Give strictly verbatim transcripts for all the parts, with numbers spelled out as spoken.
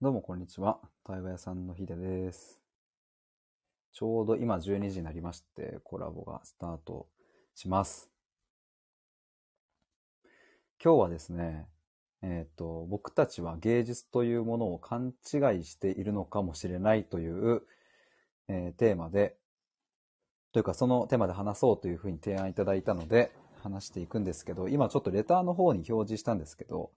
どうもこんにちは。対話屋さんのヒデです。ちょうど今じゅうにじになりまして、コラボがスタートします。今日はですね、えっと、僕たちは芸術というものを勘違いしているのかもしれないという、えーテーマで、というかそのテーマで話そうというふうに提案いただいたので、話していくんですけど、今ちょっとレターの方に表示したんですけど、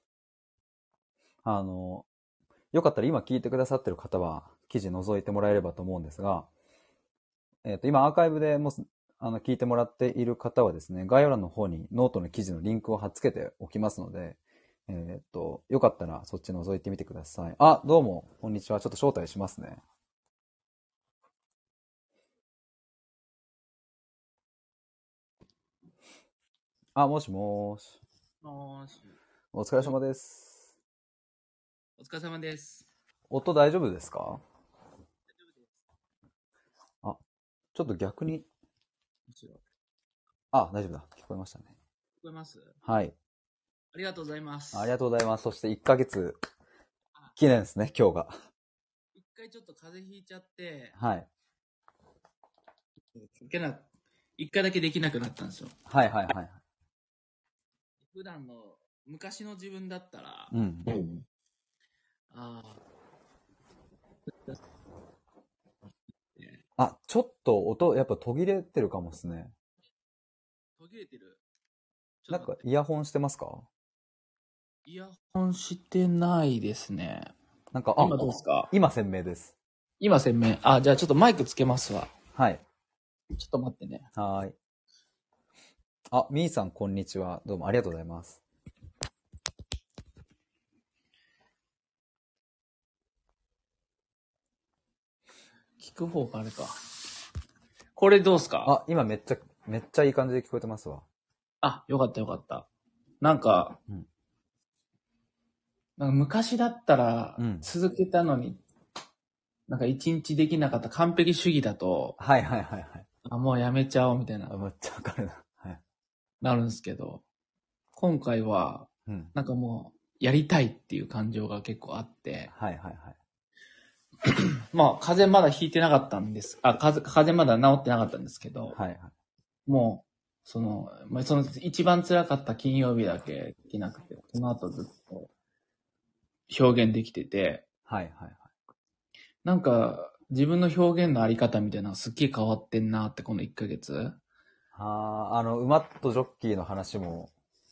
あの、よかったら今聞いてくださってる方は記事覗いてもらえればと思うんですが、えっと、今アーカイブでもうあの聞いてもらっている方はですね、概要欄の方にノートの記事のリンクを貼っ付けておきますので、えっと、よかったらそっち覗いてみてください。あ、どうも、こんにちは。ちょっと招待しますね。あ、もしもーし。 もーし。 お疲れ様です。 お疲れ様です。 音大丈夫ですか？ 大丈夫です。 あ、ちょっと逆に、 もちろん。聞あ、大丈夫だ。聞こえましたね。 こえます？ はい。 ありがとうございまありがす。 とうございます。そしていっかげつあ、 記念ですね、今日が。 一回ちょっと風邪ひいちゃって、 はい。 いけな、一回だけできなくなったんですよ。 はいはいはい。 普段の、昔の自分だったら、 うん。 ああ、 あ、ちょっと音、やっぱ途切れてるかもですね。 途切れてる。ちょなんかっと待って。 イヤホンしてますか？ イヤホンしてないですね。 なんか、あ、 今どうですか？ 今鮮明です。 今鮮明。あ、じゃあちょっとマイクつけますわ。 はい。 ちょっと待ってね。 はーい。あ、みーさん、こんにちは。どうもありがとうございます。 聞く方があれか。これどうですか？ あ、今めっちゃ、めっちゃいい感じで聞こえてますわ。 あ、よかったよかった。なんか、 うん。 なんか昔だったらうん続けたのに、なんか一日できなかった完璧主義だと、 はいはいはいはい。 あ、もうやめちゃおうみたいな、 あ、めっちゃわかるな。はい。 なるんですけど、今回は、 うん。 なんかもう、やりたいっていう感情が結構あって、 はいはいはい。 まあ、風邪まだひいてなかったんです。あ、風邪、風邪まだ治ってなかったんですけど、 はいはい。 もう、その、まあ、その一番辛かった金曜日だけできなくて、その後ずっと表現できてて、 はいはいはい。 なんか、自分の表現のあり方みたいなのがすっげえ変わってんなって、このいっかげつ。 あー、あの、馬とジョッキーの話も、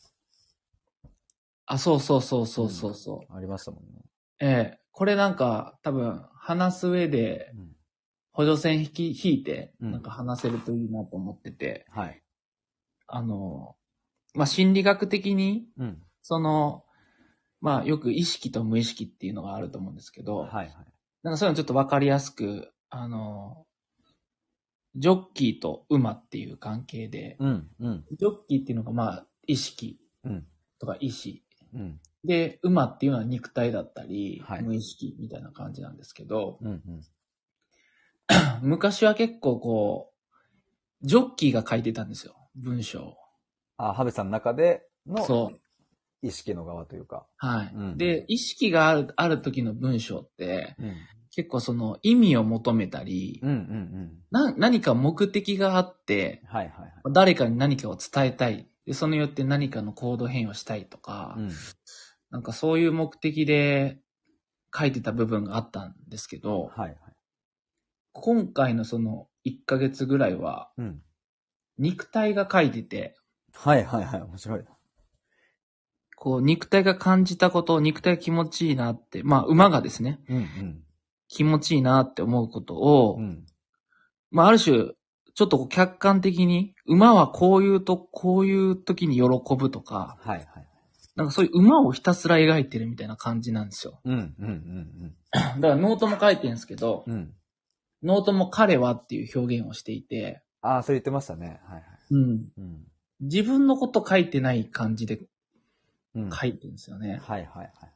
あ、そうそうそううん、 そうそうそう。 ありましたもんね。 ええ、これなんか多分話す上でうん。 補助線引き、引いて、 うんなんか話せるといいなと思ってて、 はい。 あの、まあ、心理学的に、 うん。 その、まあ、よく意識と無意識っていうのがあると思うんですけど、 はいはい。 なんかそういうのちょっとわかりやすく、あの、ジョッキーと馬っていう関係で、 うん、うん、 ジョッキーっていうのがまあ、意識うん、 とか意志。 うん。 で、馬っていうのは肉体だったり、 はい。 無意識みたいな感じなんですけど、 うん、うん。 昔は結構こう、ジョッキーが書いてたんですよ、文章を。 あ、ハベさんの中でのそう。 意識の側というか。 はい。 うん。 で、意識がある、ある時の文章って、 うん。 結構その意味を求めたり、 うんうんうん。 な、何か目的があって、 はいはいはい。 誰かに何かを伝えたい。で、それによって何かの行動変容したいとか、 うん。 なんかそういう目的で書いてた部分があったんですけど、 はいはい。 今回のそのいっかげつぐらいは、 うん。 肉体が書いてて、 はいはいはい。面白い。 こう、肉体が感じたこと、肉体が気持ちいいなって、まあ、馬がですね、 うんうん。 気持ちいいなって思うことを、 うん。 まあ、ある種、ちょっとこう客観的に、馬はこういうと、こういう時に喜ぶとか、 はいはい。 なんかそういう馬をひたすら描いてるみたいな感じなんですよ。 うんうんうんだからノートも書いてるんですけど、 うん。うん。 ノートも彼はっていう表現をしていて、 ああ、それ言ってましたね。はいはい。 うん。 うん。 自分のこと書いてない感じでうん。 書いてるんですよね。 はいはいはい。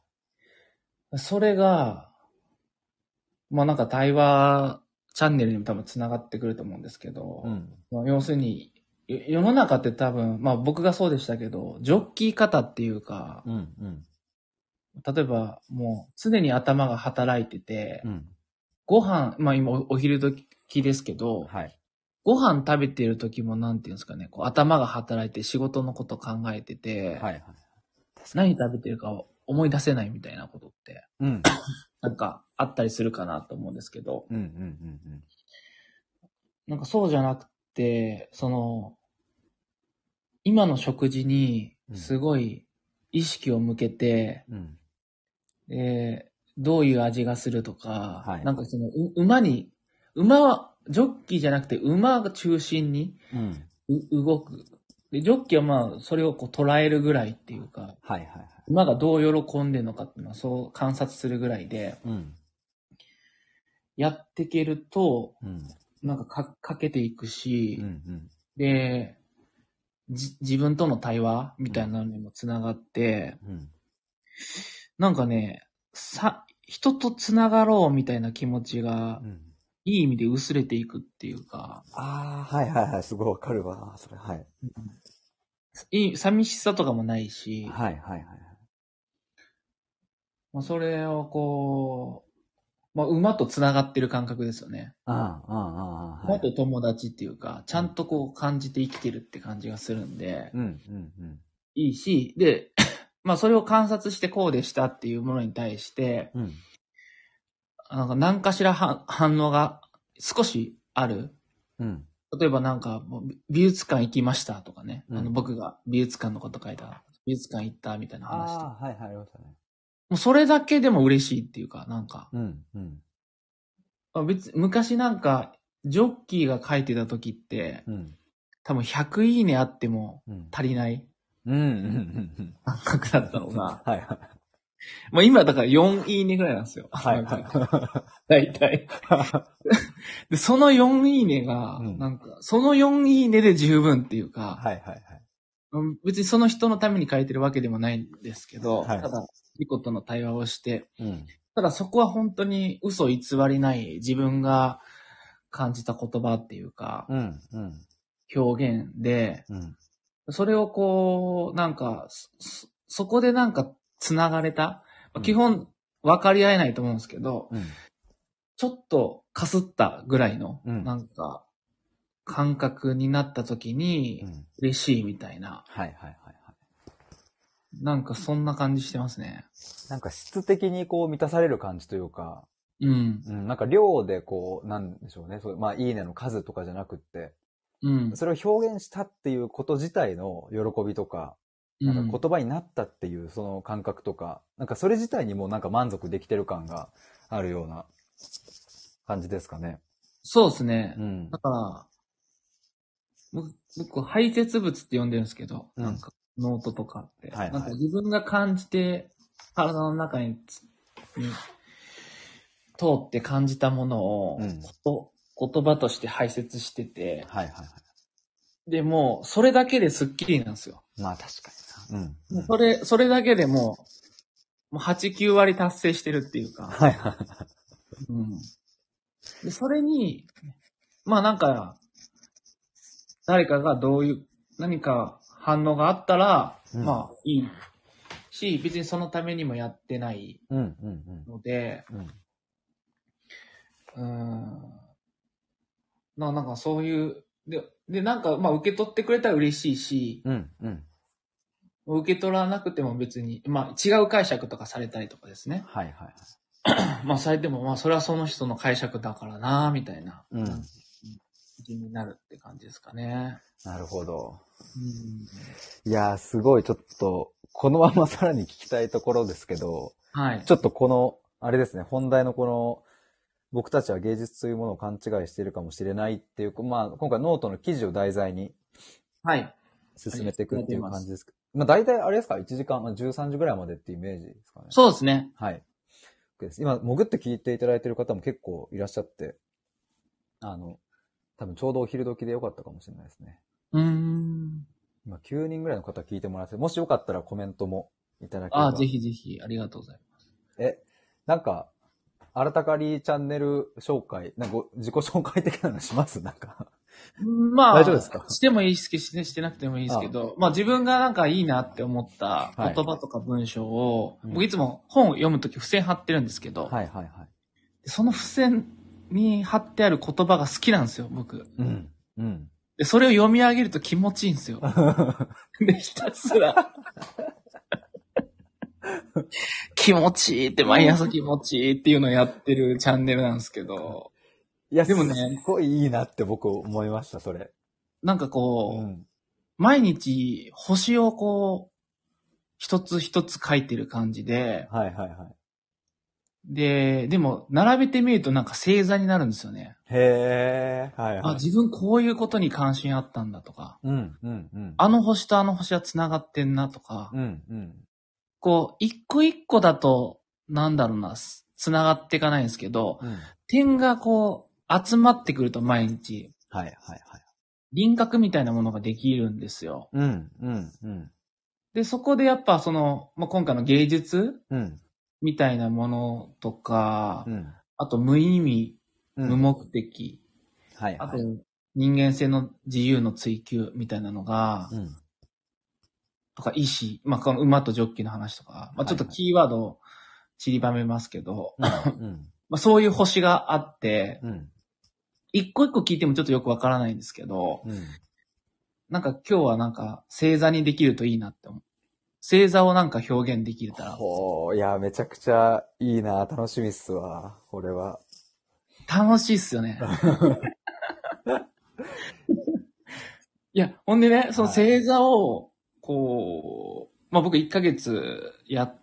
それが、まあなんか対話チャンネルにも多分繋がってくると思うんですけど、 うん。 まあ要するに、よ世の中って多分、まあ僕がそうでしたけど、ジョッキー方っていうか、 うんうん。 例えばもう常に頭が働いてて、 うん。 ご飯、まあ今おお昼時ですけど、 はい。 ご飯食べてる時もなんていうんですかね、こう頭が働いて仕事のこと考えてて、 はいはい。確かに。 何食べてるかを思い出せないみたいなことって、 うん。 なんかあったりするかなと思うんですけど、 うんうんうんなんかそうじゃなくて、その、今の食事にうん。 すごい意識を向けて、 うん。 えーどういう味がするとか、 はい。 なんかその、う馬に、馬は、ジョッキーじゃなくて馬が中心にうん。 う動く。で、ジョッキーはまあ、それをこう捉えるぐらいっていうか、 はいはいはい。 馬がどう喜んでるのかっていうのはそう観察するぐらいで、 うん。 やっていけると、 うん。 なんかかかけていくうんうし、 ん。 で、じ自分との対話みたいなのにもつながって、 うん。 なんかね、さ、人とつながろうみたいな気持ちがう、ん。 いい意味で薄れていくっていうか、 ああ、はいはいはい。すごいわかるわ。それ、はい。 いい、寂しさとかもないし、 はいはいはい。 まあ、それをこう、まあ、馬とつながってる感覚ですよね。 ああ、ああ、ああ、はい。 馬と友達っていうか、ちゃんとこう感じて生きてるって感じがするんで、 うんうんうん。 いいし、で、まあそれを観察してこうでしたっていうものに対して、 うん。 なんか何かしらは反応が少しある。 うん。 例えばなんか、もう美美術館行きましたとかね。 うんあの僕が美術館のこと書いた、美術館行ったみたいな話とか。 ああ、はいはい、ありましたね。 もうそれだけでも嬉しいっていうか、なんか、 うんうんあ別、昔なんか、ジョッキーが書いてた時って、 うん。 多分ひゃくいいねあってもうん。 足りないうんうんうんうん。 感覚だったのが、 はいはい。 まあ今だからよんいいねぐらいなんですよ。 はいなんかは大体。で、そのよんいいねが、 うんなんか、そのよんいいねで十分っていうか、 はいはいはい。 うん別にその人のために書いてるわけでもないんですけど、 はいただ、リコとの対話をして、 うん。 ただそこは本当に嘘偽りない自分が感じた言葉っていうか、 うんうん表現で、 うん。 それをこう、なんか、そ、そこでなんか繋がれた。 うん基本分かり合えないと思うんですけど、 うん。 ちょっとかすったぐらいの、 うんなんか、感覚になった時うにん。 嬉しいみたいな、 はいはいはいはい。 なんかそんな感じしてますね。 なんか質的にこう満たされる感じというか、 うん。 うん、なんか量でこう、なんでしょうね。そうまあ、いいねの数とかじゃなくって、 うん。 それを表現したっていうこと自体の喜びとか、なんかうん。 言葉になったっていうその感覚とか、なんかそれ自体にもなんか満足できてる感があるような感じですかね。 そうですね。 うん。 だから、僕、僕排泄物って呼んでるんですけど、 うんなんか、ノートとかって。 はいはいなんか自分が感じて、体の中につ、に通って感じたものを、 うんこと言葉として排泄してて、 はいはいはい。 でもう、それだけでスッキリなんですよ。 まあ確かにな。うん。 もうそれ、それだけでもう、もうはち、きゅう割達成してるっていうか、 はいはい。 うん。で、それに、まあなんか、誰かがどういう、何か反応があったら、 うんまあいいし、別にそのためにもやってないうんうんので、 うん。うん。 うーん、ななんかそういう、で、で、なんか、まあ受け取ってくれたら嬉しいし、 うんうん。 受け取らなくても別に、まあ違う解釈とかされたりとかですね。 はいはいはい。 まあされても、まあそれはその人の解釈だからな、みたいな、 うんなん気になるって感じですかね。 なるほど。 うん、 いやー、すごいちょっと、このままさらに聞きたいところですけど、 はい。 ちょっとこの、あれですね、本題のこの、僕たちは芸術というものを勘違いしているかもしれないっていう、まあ、今回ノートの記事を題材にはい。 進めていくっていう感じす。 ですけど、まあ大体あれですか ?いち 時間、まあ、じゅうさんじぐらいまでっていうイメージですかね。 そうですね。 はい。OK です今、潜って聞いていただいている方も結構いらっしゃって、あの、多分ちょうどお昼時でよかったかもしれないですね。 うーん。 今きゅうにんぐらいの方聞いてもらって、もしよかったらコメントもいただければ。 ああ、ぜひぜひ、ありがとうございます。 え、なんか、あらたかりチャンネル紹介、なんかご自己紹介的なのしますなんか。 まあ、 大丈夫ですか？ してもいいし、してしてなくてもいいですけど、まあ自分がなんかいいなって思ったはい言葉とか文章を、 うん僕いつも本を読むとき付箋貼ってるんですけど、 はいはいはい。 その付箋に貼ってある言葉が好きなんですよ、僕。 うん。うん。 で、それを読み上げると気持ちいいんですよ。で、ひたすら。気持ちいいって、毎朝気持ちいいっていうのをやってるチャンネルなんですけど、 いや、 でもねすっごいいいなって僕思いました、それ。 なんかこう、 うん。 毎日星をこう、一つ一つ書いてる感じで、 はいはいはい。 で、でも、並べてみるとなんか星座になるんですよね。 へえ、はいあ、 はい。 自分こういうことに関心あったんだとか、 うんうんうん。 あの星とあの星は繋がってんなとか、 うんうん。 こう、一個一個だと、なんだろうな、す繋がっていかないんですけど、 うん。 点がこう、集まってくると毎日、 はいはいはい。 輪郭みたいなものができるんですよ。 うんうんうん。 で、そこでやっぱその、まあ、今回の芸術うん。 みたいなものとか、 うん。 あと無意味、 うん無目的、あとはいはい。 人間性の自由の追求みたいなのが、 うん。 とか意志、まあ、この馬とジョッキの話とか、まあ、ちょっとキーワードを散りばめますけど、 うん。うん。 まあ、そういう星があって、 うん。 一個一個聞いてもちょっとよくわからないんですけど、 うん。 なんか今日はなんか星座にできるといいなって思う。星座をなんか表現できたら。 ほう、いや、めちゃくちゃいいな、楽しみっすわ、これは。 楽しいっすよね。いや、ほんでね、その星座を、こう、まあ僕いっかげつやって、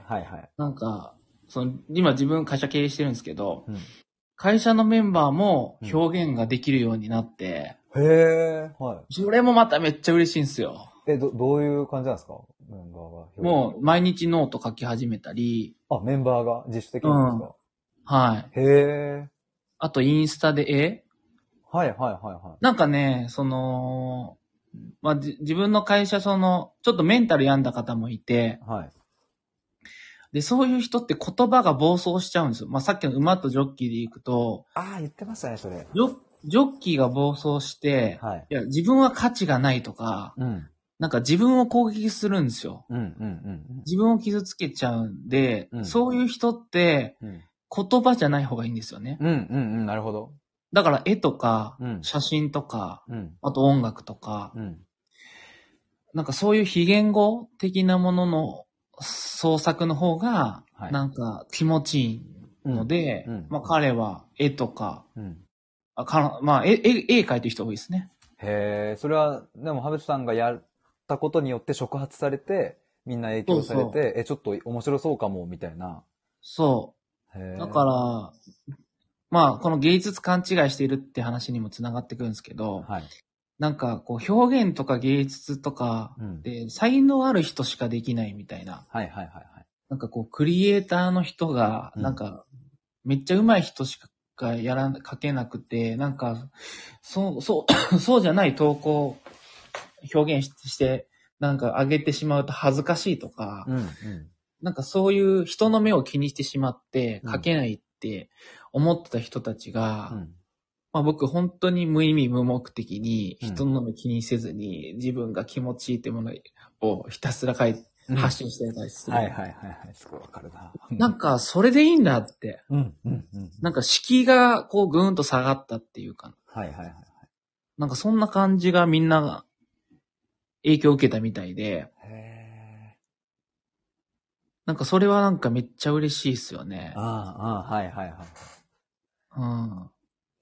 はいはい。 なんか、その、今自分会社経営してるんですけど、 うん、 会社のメンバーも表現ができるようになって、 へえ、はい。 それもまためっちゃ嬉しいんですよ。 え、ど、どういう感じなんですかメンバーが。 もう毎日ノート書き始めたり、 あ、メンバーが自主的うん。 にですか？ はい。 へえ。 あとインスタで絵はいはいはいはい。 なんかね、その、まあ、じ自分の会社、その、ちょっとメンタル病んだ方もいて、 はい。 で、そういう人って言葉が暴走しちゃうんですよ。まあ、さっきの馬とジョッキーで行くと、 ああ、言ってましたね、それ。 ジョジョッキーが暴走して、 はい。 いや、自分は価値がないとか、 うん。 なんか自分を攻撃するんですよ。 うんうんうん自分を傷つけちゃうんで、 うんそういう人ってうん。うん言葉じゃない方がいいんですよね。 うんうんうん、なるほど。 だから絵とか、 うん写真とか、 うんあと音楽とか、 うん。 なんかそういう非言語的なものの創作の方が、 はいなんか気持ちいいので、 うんうんまあ彼は絵とか、 うん。 あかまあ絵、絵、絵描いてる人多いですね。 へえ、それは、でも、ハブさんがやったことによって触発されて、みんな影響されて、 そうそうえ、ちょっと面白そうかも、みたいな。 そへえ。 う。だから、まあこの芸術勘違いしているって話にもつながってくるんですけど、 はい。 なんかこう表現とか芸術とかうんで才能ある人しかできないみたいな。 はいはいはいはい。 なんかこうクリエイターの人が、 うんなんかめっちゃ上手い人しかやら、書けなくて、なんか、そう、そう、そうじゃない投稿表現しして、なんか上げてしまうと恥ずかしいとか、 うんうん。 なんかそういう人の目を気にしてしまってうん書けないって思ってた人たちが、 うんまあ僕本当に無意味無目的にうん人の目気にせずに自分が気持ちいいってものをひたすら書いうん発信してたりする。 はいはいはいはい。すごいわかるな。 なんかそれでいいんだって。 うんうんうん。 なんか敷居がこうぐーんと下がったっていうか、 はいはいはい。 なんかそんな感じがみんなが影響を受けたみたいで、 へえ。 なんかそれはなんかめっちゃ嬉しいですよね。 ああ、ああ、はいはいはい。 うん。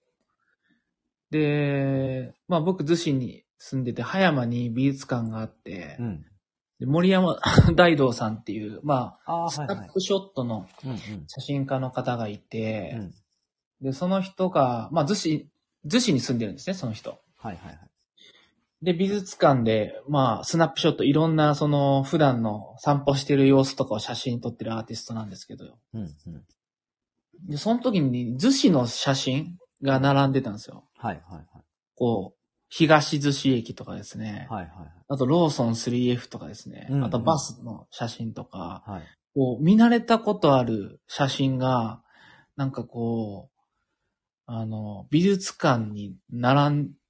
で、まあ僕逗子に住んでて、葉山に美術館があって、 うん。 で森山大道さんっていう、まああ、 あ、スはいはい。 ナップショットのうんうん。 写真家の方がいて、 うん。 で、その人が、まあ逗子、逗子に住んでるんですね、その人。 はいはいはい。 で、美術館で、まあ、スナップショット、いろんな、その、普段の散歩してる様子とかを写真撮ってるアーティストなんですけど、 うんうん。 で、その時に、逗子の写真が並んでたんですよ。 はいはいはい。 こう、東逗子駅とかですね。 はいはいはい。 あと、ローソン スリーエフ とかですね。 うんうんあと、バスの写真とか、 はい。 こう、見慣れたことある写真が、なんかこう、あの、美術館に並ん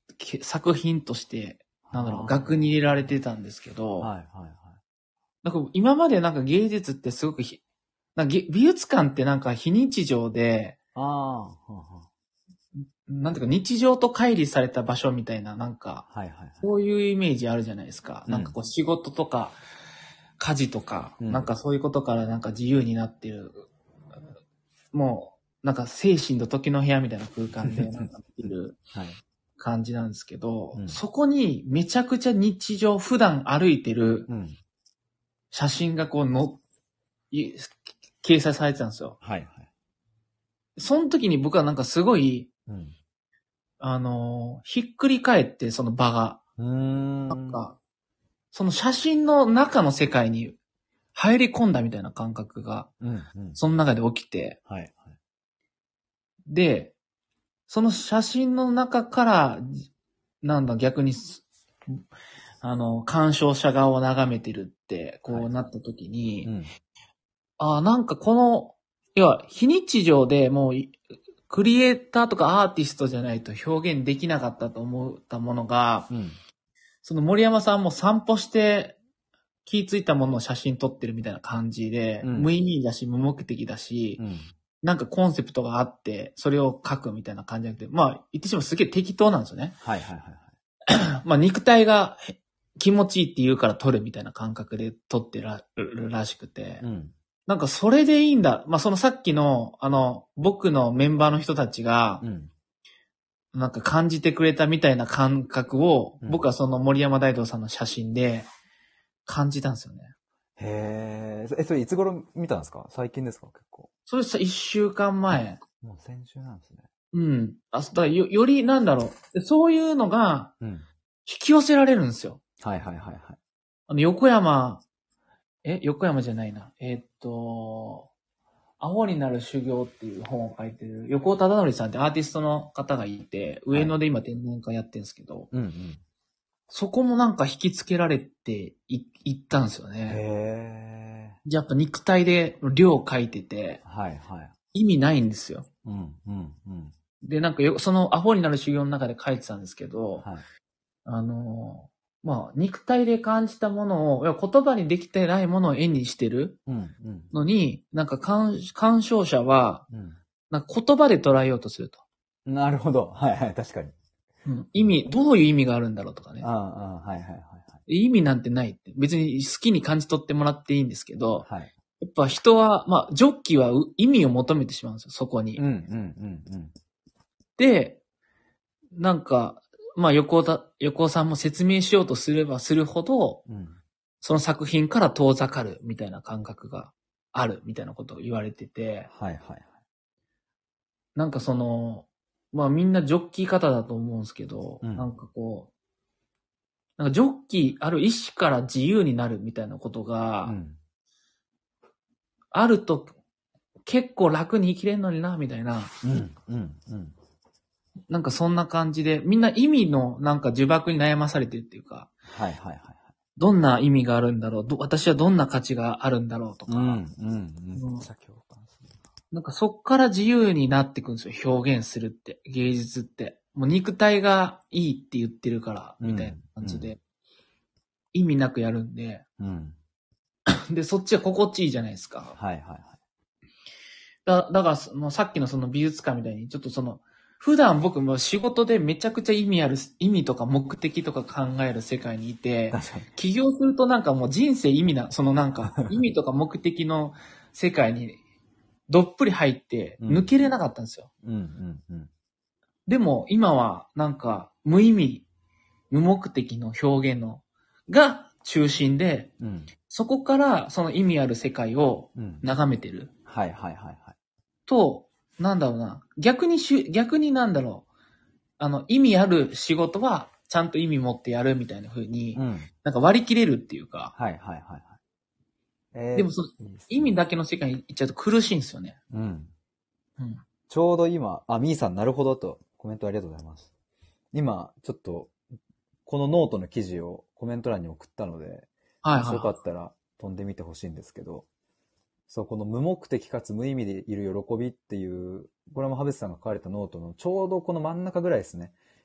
け作品として、なんだろう、 あー額に入れられてたんですけど、 はいはいはい。 なんか今までなんか芸術ってすごくひ、なんかげ美術館ってなんか非日常で、 ああ、はあはなんていうか日常と乖離された場所みたいな、なんか、 あはいはいはい。 そういうイメージあるじゃないですか。 うんなんかこう仕事とか、家事とか、 うんなんかそういうことからなんか自由になってる。もう、なんか精神と時の部屋みたいな空間でなんかいるはい。 感じなんですけど、 うんそこにめちゃくちゃ日常、普段歩いてるうん。 写真がこうの、い掲載されてたんですよ。 はいはい。 その時に僕はなんかすごい、 うん。 あのーひっくり返ってその場が、 うーん。 なんか、その写真の中の世界に入り込んだみたいな感覚が、 うんうん。 その中で起きて、 はいはい。 で、その写真の中から、なんだ、逆にす、あの、鑑賞者側を眺めてるって、こうなった時に、 うん。 ああ、なんかこの、要は、非日常でもうい、クリエイターとかアーティストじゃないと表現できなかったと思ったものが、 うん。 その森山さんも散歩して気づいたものを写真撮ってるみたいな感じで、 うん無意味だし無目的だし、 うん。 なんかコンセプトがあって、それを書くみたいな感じじゃなくて、まあ、言ってしまうすげえ適当なんですよね。 はいはいはいはい。 まあ、肉体が気持ちいいって言うから撮るみたいな感覚で撮ってらるらしくて、 うん。 なんかそれでいいんだ。まあ、そのさっきの、あの、僕のメンバーの人たちがう、ん。 なんか感じてくれたみたいな感覚を、 うん僕はその森山大道さんの写真で感じたんですよね。 へえ。え、それいつ頃見たんですか？最近ですか？結構。 それさ、一週間前。 もう先週なんですね。 うん。あ、だからよ、よりなんだろう。そういうのがうん。 引き寄せられるんですよ。 はいはいはいはい。 あの、横山、え、横山じゃないな。えーっと、アホになる修行っていう本を書いてる横尾忠則さんってアーティストの方がいて、上野で今展覧会やってるんですけど、 うんうん。 そこもなんか引きつけられてい、いったんですよね。 へえ。 じゃあやっぱ肉体で量を書いてて、 はいはい。 意味ないんですよ。 うんうんうん。 で、なんかよ、そのアホになる修行の中で書いてたんですけど、 はい。 あの、まあ、肉体で感じたものを、いや言葉にできてないものを絵にしてるうんうん。 のに、なんか鑑鑑賞者は、 うん。 なんか言葉で捉えようとすると。 なるほど。はいはい、確かに。 うん、意味、どういう意味があるんだろうとかね。 ああ、ああ、はいはいはい意味なんてないって。別に好きに感じ取ってもらっていいんですけど、 はい。はい。 やっぱ人は、まあ、ジョッキーはう意味を求めてしまうんですよ、そこに。 うんうんうんうん。 で、なんか、まあ、横尾た、横尾さんも説明しようとすればするほど、 うん。 その作品から遠ざかるみたいな感覚があるみたいなことを言われてて、 はいはいはい。 なんかその、まあみんなジョッキー方だと思うんですけど、 うんなんかこう、なんかジョッキーある意志から自由になるみたいなことうが、 ん。 あると結構楽に生きれんのにな、みたいな、 うんうんうん。 なんかそんな感じで、みんな意味のなんか呪縛に悩まされてるっていうか、 はいはいはい。 どんな意味があるんだろう、ど私はどんな価値があるんだろうとか、 うんうんうん。 うんめっちゃ共感するなんかそっから自由になっていくんですよ、表現するって、芸術って。もう肉体がいいって言ってるから、みたいな感じで、 うん意味なくやるんで、 な。うん。 で、そっちは心地いいじゃないですか。 はいはいはい。 だだからその、さっきのその美術館みたいに、ちょっとその、普段僕も仕事でめちゃくちゃ意味ある、意味とか目的とか考える世界にいて、 確かに。 起業するとなんかもう人生意味な、そのなんか、意味とか目的の世界にどっぷり入って抜けれなかったんですよ。 うんうんうん。 でも今はなんか無意味、無目的の表現のが中心で、 うん。 そこからその意味ある世界をうん。 眺めてるはいはいはいはい。 と、なんだろうな、逆にしゅ、逆になんだろう、あの、意味ある仕事はちゃんと意味持ってやるみたいな風に、 うん。 なんか割り切れるっていうか、 はいはいはいはい。えーでもそのいいですね意味だけの世界に行っちゃうと苦しいんですよね。 うん。 うん。 ちょうど今、あ、みーさんなるほどとコメントありがとうございます。今、ちょっと、このノートの記事をコメント欄に送ったので、 はいもしよかはったら飛んでみてほしいんですけど、そう、この無目的かつ無意味でいる喜びっていう、これもハベスさんが書かれたノートのちょうどこの真ん中ぐらいですね。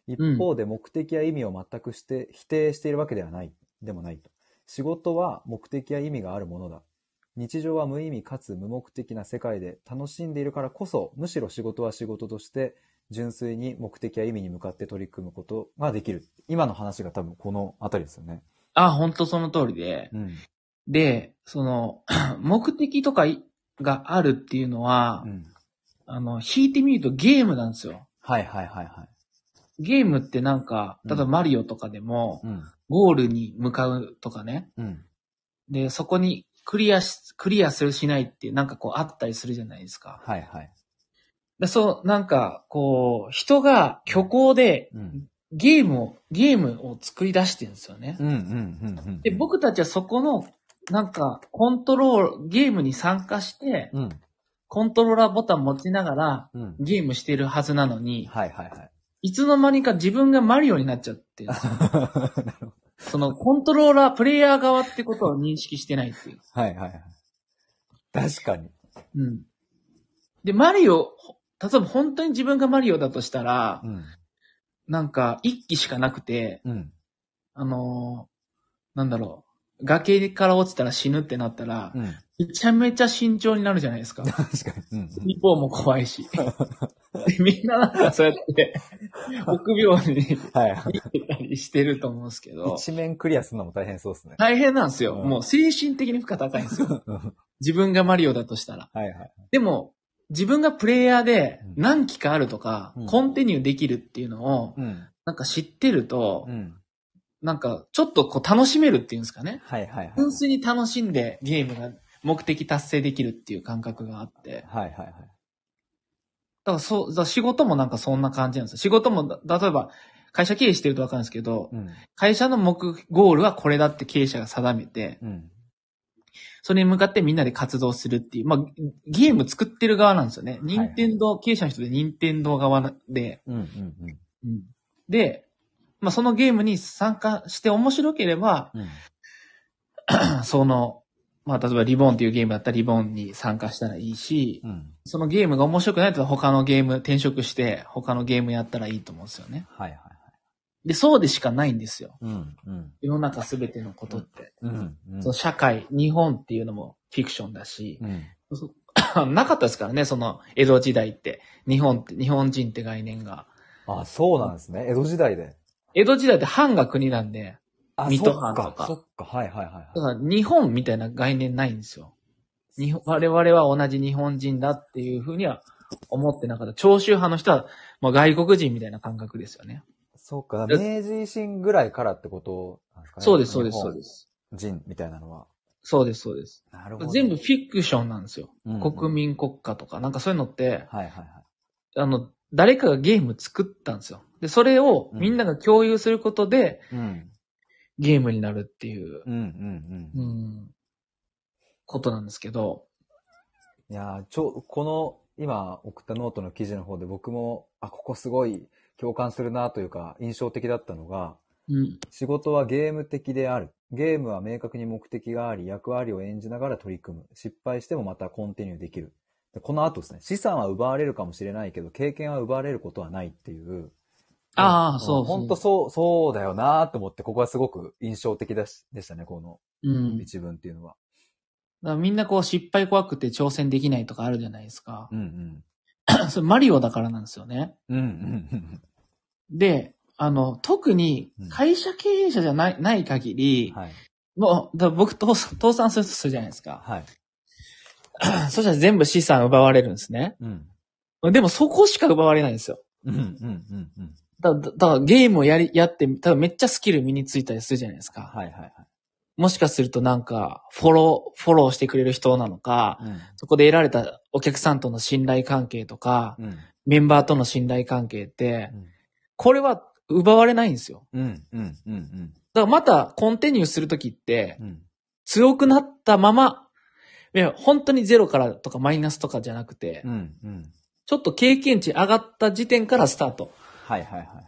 一方で目的や意味を全くして否定しているわけではない、でもないと。仕事は目的や意味があるものだ。日常は無意味かつ無目的な世界で楽しんでいるからこそ、むしろ仕事は仕事として純粋に目的や意味に向かって取り組むことができる。今の話が多分このあたりですよね。 あ、本当その通りで。 うん。 で、その、目的とかがあるっていうのは、 うん。 あの、引いてみるとゲームなんですよ。 はいはいはいはい。 ゲームってなんか、 うん例えばマリオとかでも、 うん。 ゴールに向かうとかね。 うん。 で、そこにクリアし、クリアするしないってなんかこうあったりするじゃないですか。 はいはい。 でそう、なんか、こう、人が虚構でうん。 ゲームを、ゲームを作り出してるんですよね。 うんうんうんうん。 で、僕たちはそこの、なんか、コントロール、ゲームに参加して、 うん。 コントローラーボタン持ちながら、 うん。 ゲームしてるはずなのに、 はいはいはい。 いつの間にか自分がマリオになっちゃってるんですよ。 なるほど。 その、コントローラー、プレイヤー側ってことを認識してないっていう。 はいはいはい。確かに。 うん。で、マリオ、例えば本当に自分がマリオだとしたら、 うん。 なんか、一機しかなくて、 うん。 あのー、なんだろう、崖から落ちたら死ぬってなったら、 うん。 めちゃめちゃ慎重になるじゃないですか。 確かに。うん。 一方も怖いし。でみんななんかそうやって、臆病にはいはい。 生きてたりしてると思うんですけど、 一面クリアするのも大変そうですね。 大変なんですよ。 うんもう精神的に負荷高いんですよ。 うん自分がマリオだとしたら。 はいはい。 でも、自分がプレイヤーでうん何機かあるとか、 うんコンティニューできるっていうのを、 うん。 なんか知ってると、 うん。 なんかちょっとこう楽しめるっていうんですかね。 はいはいはい。 純粋に楽しんでゲームが目的達成できるっていう感覚があって。 はいはいはい。 だからそう、だから仕事もなんかそんな感じなんですよ。仕事も、だ例えば、会社経営してるとわかるんですけど、 うん。 会社の目、ゴールはこれだって経営者が定めて、 うん。 それに向かってみんなで活動するっていう、まあ、ゲーム作ってる側なんですよね。 い任天堂、経営者の人で任天堂側で、 うんうんうん。 うんで、まあ、そのゲームに参加して面白ければ、 うん。 その、まあ、例えばリボンっていうゲームだったらリボンに参加したらいいし、 うん。 そのゲームが面白くないと他のゲーム、転職して他のゲームやったらいいと思うんですよね。 はいはいはい。 で、そうでしかないんですよ。 うんうん。 世の中すべてのことって。 うんうん。 その社会、日本っていうのもフィクションだし、 うん。 そなかったですからね、その江戸時代って。日本って、日本人って概念が。 あ、そうなんですね。江戸時代で。 江戸時代って藩が国なんで、 あ、 水戸藩とか。 そっか、はいはいはいはい。 だから日本みたいな概念ないんですよ。日本我々は同じ日本人だっていうふうには思ってなかった。長州派の人は、まあ、外国人みたいな感覚ですよね。 そうか、明治維新ぐらいからってことなんですかね。 そうです、そうです、そうです。 人みたいなのは。 そうです、そうです。 なるほど。 全部フィクションなんですよ。 うんうん、 国民国家とか、なんかそういうのって、 はいはいはい。 あの、誰かがゲーム作ったんですよ。で、それをみんなが共有することで、 うん。 ゲームになるっていう、 うんうんううん。 ん、ことなんですけど。 いやーちょ、この今送ったノートの記事の方で僕も、あ、ここすごい共感するなというか印象的だったのが、 うん、 仕事はゲーム的である。ゲームは明確に目的があり、役割を演じながら取り組む。失敗してもまたコンティニューできる。でこの後ですね、資産は奪われるかもしれないけど、経験は奪われることはないっていう。 ああ、そうそう。 本当そう、そうだよなーと思って、ここはすごく印象的でしたね、このうん。 一文っていうのは。 だからみんなこう失敗怖くて挑戦できないとかあるじゃないですか。 うんそれマリオだからなんですよね。 うん。うんうんで、あの、特に会社経営者じゃない、ない限り、 うん。はい。 もう、だから僕倒産、倒産するとするじゃないですか。 はい。 そしたら全部資産奪われるんですね。 うん。 でもそこしか奪われないんですよ。 うんうんうんうん。 だだだからゲームをやり、やって、多分めっちゃスキル身についたりするじゃないですか。 はいはいはい。 もしかするとなんか、フォロー、フォローしてくれる人なのか、 うん。 そこで得られたお客さんとの信頼関係とか、 うん。 メンバーとの信頼関係って、 うんこれは奪われないんですよ。 うんうんうんうん。 だからまたコンティニューするときって、 うん。 強くなったまま、いや、本当にゼロからとかマイナスとかじゃなくて、 うんうん。 ちょっと経験値上がった時点からスタート。 はいはいはいはい。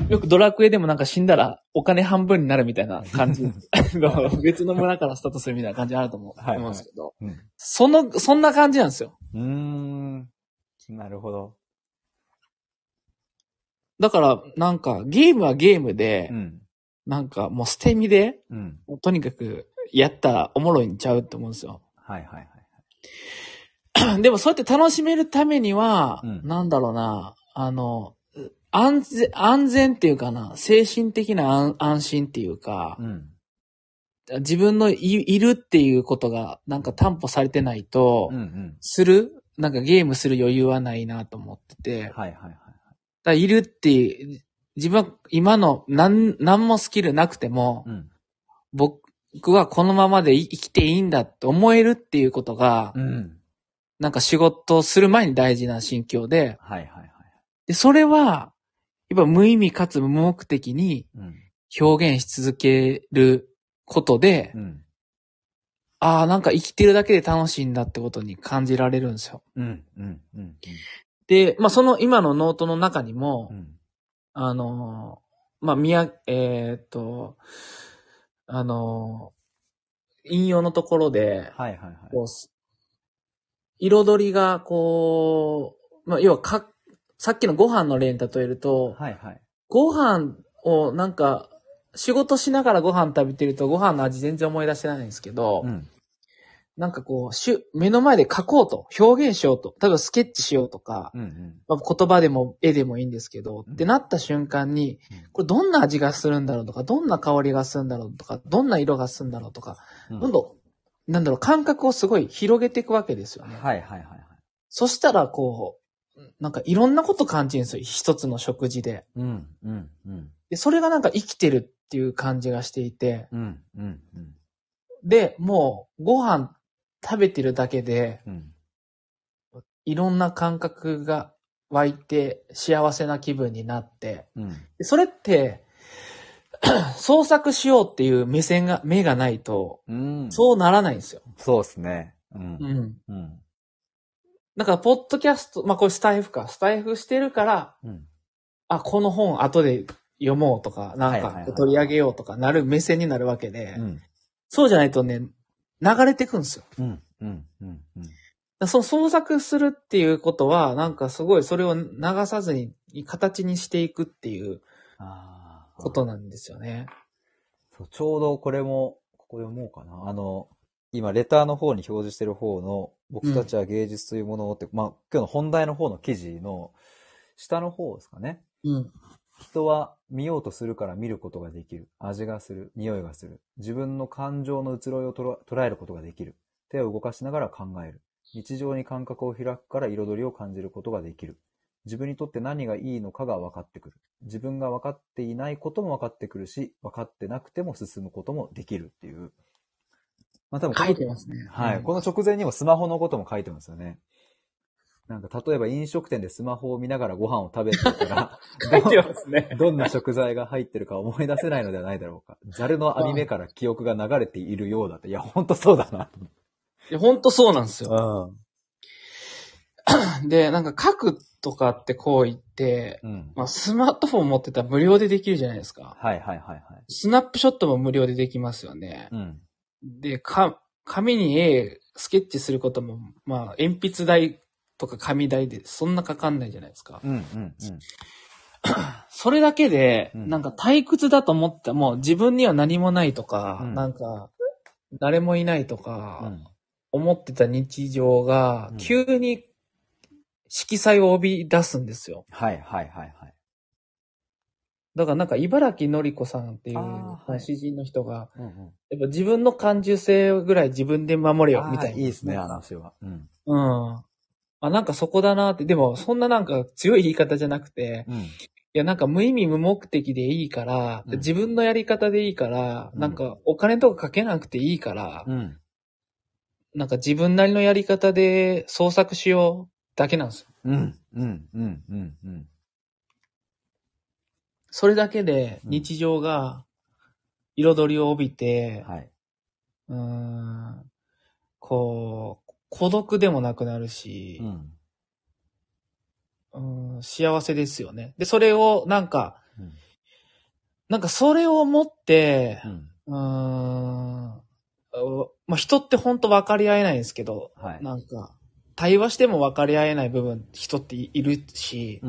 よくドラクエでもなんか死んだらお金半分になるみたいな感じ。別の村からスタートするみたいな感じあると思はいはいうんですけど、 うん。 その、そんな感じなんですよ。 うーん。なるほど。 だから、なんか、ゲームはゲームで、 うん。 なんかもう捨て身で、 うん。 とにかくやったらおもろいんちゃうって思うんですよ。 はいはいはい。 でもそうやって楽しめるためには、 うんなんだろうな、あの、安全、安全っていうかな、精神的な安安心っていうか、 うん。 自分のい、いるっていうことがなんか担保されてないと、 うんうん。 するなんかゲームする余裕はないなと思ってて、だかはいはいはい。 らいるっていう、自分は今の何、何もスキルなくても、 うん。 僕はこのままで生きていいんだって思えるっていうことが、 うん。 なんか仕事をする前に大事な心境で、 はいはいはい。 で、それは、やっぱ無意味かつ無目的にうん。 表現し続けることで、 うん。 ああ、なんか生きてるだけで楽しいんだってことに感じられるんですよ。 うんうんうんで、まあその今のノートの中にも、 うん。 あのー、まあ、みや、えーっと、あのー、引用のところで、 はいはいはい。 こう彩りが、こう、まあ、要はか、さっきのご飯の例に例えると、 はいはい。 ご飯をなんか、仕事しながらご飯食べてるとご飯の味全然思い出せないんですけど、 うん。 なんかこう、しゅ、目の前で書こうと、表現しようと、例えばスケッチしようとか、 うんうん。 まあ、言葉でも絵でもいいんですけど、 うんってなった瞬間に、 うんこれどんな味がするんだろうとか、どんな香りがするんだろうとか、どんな色がするんだろうとか、 うんどんどん、なんだろう、感覚をすごい広げていくわけですよね。 はいはいはいはい。 そしたら、こう、なんかいろんなこと感じるんですよ。一つの食事で。 うんうんうん。 で、それがなんか生きてるっていう感じがしていて、 うんうんうん。 で、もう、ご飯食べてるだけで、 うん。 いろんな感覚が湧いて、幸せな気分になって、 うん。 でそれって、創作しようっていう目線が、目がないと、 うん。 そうならないんですよ。 そうですね。う。 うんん。 うん。 だから、ポッドキャスト、まあ、これスタイフか。スタイフしてるから、 うん。 あ、この本後で読もうとか、なんはいはいはいか取り上げようとかなる目線になるわけで、 うん。 そうじゃないとね、流れてくんですよ。だかうん。うん。うん。うん。 らその創作するっていうことは、なんかすごいそれを流さずに形にしていくっていうああ。 ことなんですよね。 そう、ちょうどこれも、ここ読もうかな。あの、今、レターの方に表示してる方の、僕たちは芸術というものをって、まあ、今日の本題の方の記事の下の方ですかね。 うん。 人は見ようとするから見ることができる。味がする。匂いがする。自分の感情の移ろいをとら捉えることができる。手を動かしながら考える。日常に感覚を開くから彩りを感じることができる。自分にとって何がいいのかが分かってくる。自分が分かっていないことも分かってくるし、分かってなくても進むこともできるっていう。まあ多分この書いてますね。 はい、 うん、 この直前にもスマホのことも書いてますよね。なんか例えば飲食店でスマホを見ながらご飯を食べてたら、 書いてますね。 どんな食材が入ってるか思い出せないのではないだろうか。ザルの網目から記憶が流れているようだって。いや、ほんとそうだな。 いや、ほんとそうなんですよ。 うん。 で、なんか書くとかって行為って、 うん。 まあ、スマートフォン持ってたら無料でできるじゃないですか。 はいはいはいはい。 スナップショットも無料でできますよね。 うん。 で、か、紙に絵、スケッチすることも、まあ、鉛筆代とか紙代でそんなかかんないじゃないですか。 うんうんうん。 それだけで、 うんなんか退屈だと思っても、自分には何もないとか、 うんなんか、誰もいないとうか、 ん。 思ってた日常がうん、 急に色彩を帯び出すんですよ。 はいはいはいはい。 だからなんか、茨城のりこさんっていう、 あーはい詩人の人が、 うんうん。 やっぱ自分の感受性ぐらい自分で守れよ、みたいな。 あーいいですね、 なんかあの人は。うん。 うん。あ、なんかそこだなって。でも、そんななんか強い言い方じゃなくて、 うん。 いや、なんか無意味無目的でいいから、 うん自分のやり方でいいから、 うんなんかお金とかかけなくていいから、 うん。 なんか自分なりのやり方で創作しようだけなんですよ。 うん。うん。うん。うん。うん。 それだけでうん日常が彩りを帯びて、 はい。 うーん、こう、孤独でもなくなるし、 うん。 うん、幸せですよね。で、それをなんか、 うん。 なんかそれを持ってう、ん。 うーん、うまあ、人って本当分かり合えないんですけど、 はい。 なんか、対話しても分かり合えない部分、人っているし、 うん。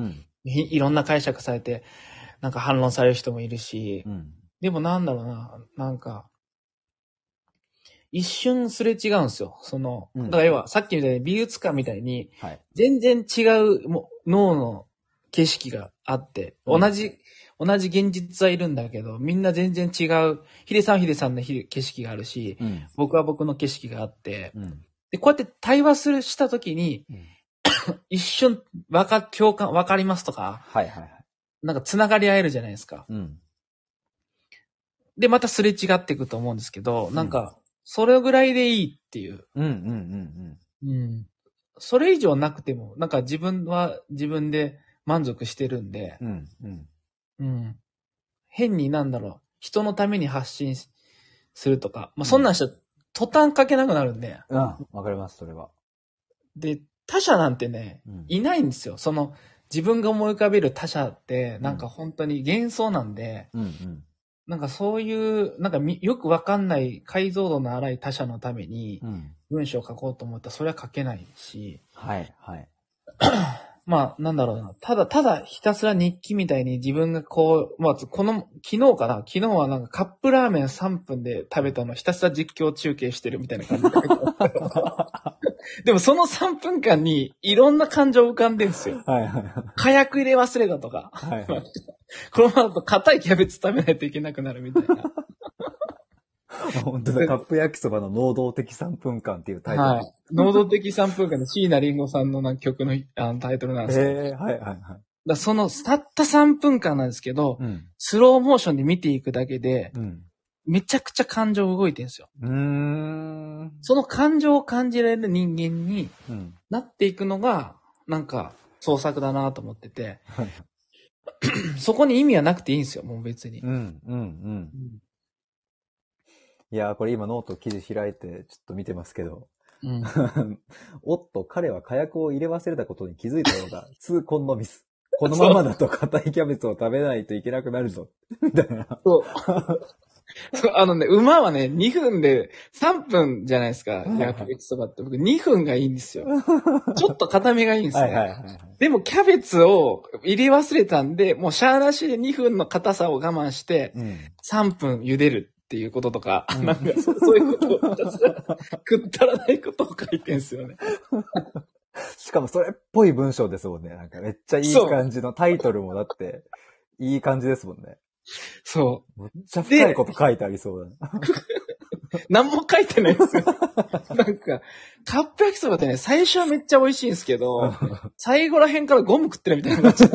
い、いろんな解釈されて、なんか反論される人もいるし、 うん。 でもなんだろうな、なんか、一瞬すれ違うんですよ。その、 うんだから要はさっきみたいに美術館みたいに、 はい。 全然違うもう脳の景色があって、 うん同じ、同じ現実はいるんだけど、みんな全然違う、ヒデさんはヒデさんの景色があるし、 うん。 僕は僕の景色があって、 うん。 で、こうやって対話する、したときに、 うん一瞬、わか、共感、わかりますとか、 はいはいはい。 なんか繋がり合えるじゃないですか。 うん。 で、またすれ違っていくと思うんですけど、なんうか、それぐらいでいいっていう。 うんうんうんうん。それ以上なくても、なんか自分は自分で満足してるんで、 うん。うんうん。 うん。変になんだろう、人のために発信するとか、まあ、 うんそんなんしたら途端書けなくなるんで、 うん。わかります、それは。 で、他者なんてね、 うんいないんですよ。その、自分が思い浮かべる他者って、なんか本当に幻想なんで、 うんうん。 なんかそういう、なんかみよくわかんない解像度の荒い他者のためにうん。 文章を書こうと思ったらそれは書けないし、 はいはい。 まあなんだろうな。ただ、ただひたすら日記みたいに自分がこう、まあこの、昨日かな昨日はなんかカップラーメンさんぷんで食べたのをひたすら実況中継してるみたいな感じで書いてあったでもそのさんぷんかんにいろんな感情浮かんでんすよ。 はいはい火薬入れ忘れたとか。 はいはい。 このままだと硬いキャベツ食べないといけなくなるみたいな。 本当だ、カップ焼きそばの能動的さんぷんかんっていうタイトル。 はい。能動的さんぷんかんで椎名林檎さんのなんか曲のあのタイトルなんですよ。 へえ、はいはいはい。 だその、たったさんぷんかんなんですけど、 うん。 スローモーションで見ていくだけで、 うん。 めちゃくちゃ感情動いてるんですよ。 うーん。 その感情を感じられる人間にうん。 なっていくのが、なんか、創作だなと思ってて、 はい。 そこに意味はなくていいんですよ、もう別にう。ん、うん、うん。 うんいやー、これ今ノート記事開いてちょっと見てますけど。 うん。 おっと、彼は火薬を入れ忘れたことに気づいたようだ。痛恨のミス。このままだと硬いキャベツを食べないといけなくなるぞ。みたいな。 そう。そうあのね、馬はね、にふんでさんぷんじゃないですか。 はいはい焼きそばって。僕にふんがいいんですよ。ちょっと固めがいいんですね。 はいはいはいはい。 でもキャベツを入れ忘れたんで、もうシャーなしでにふんの硬さを我慢して、 うん。 さんぷん茹でるっていうこととか、 うんなんかそそういうことをひたすらくったらないことを書いてんすよね。 しかもそれっぽい文章ですもんね。なんかめっちゃいい感じのタイトルもだって、いい感じですもんね。 そめっちゃ深いこと書いてありそうだな。 う。何も書いてないんですよ。なんか、カップ焼きそばってね、最初はめっちゃ美味しいんですけど、最後ら辺からゴム食ってるみたいな感じ。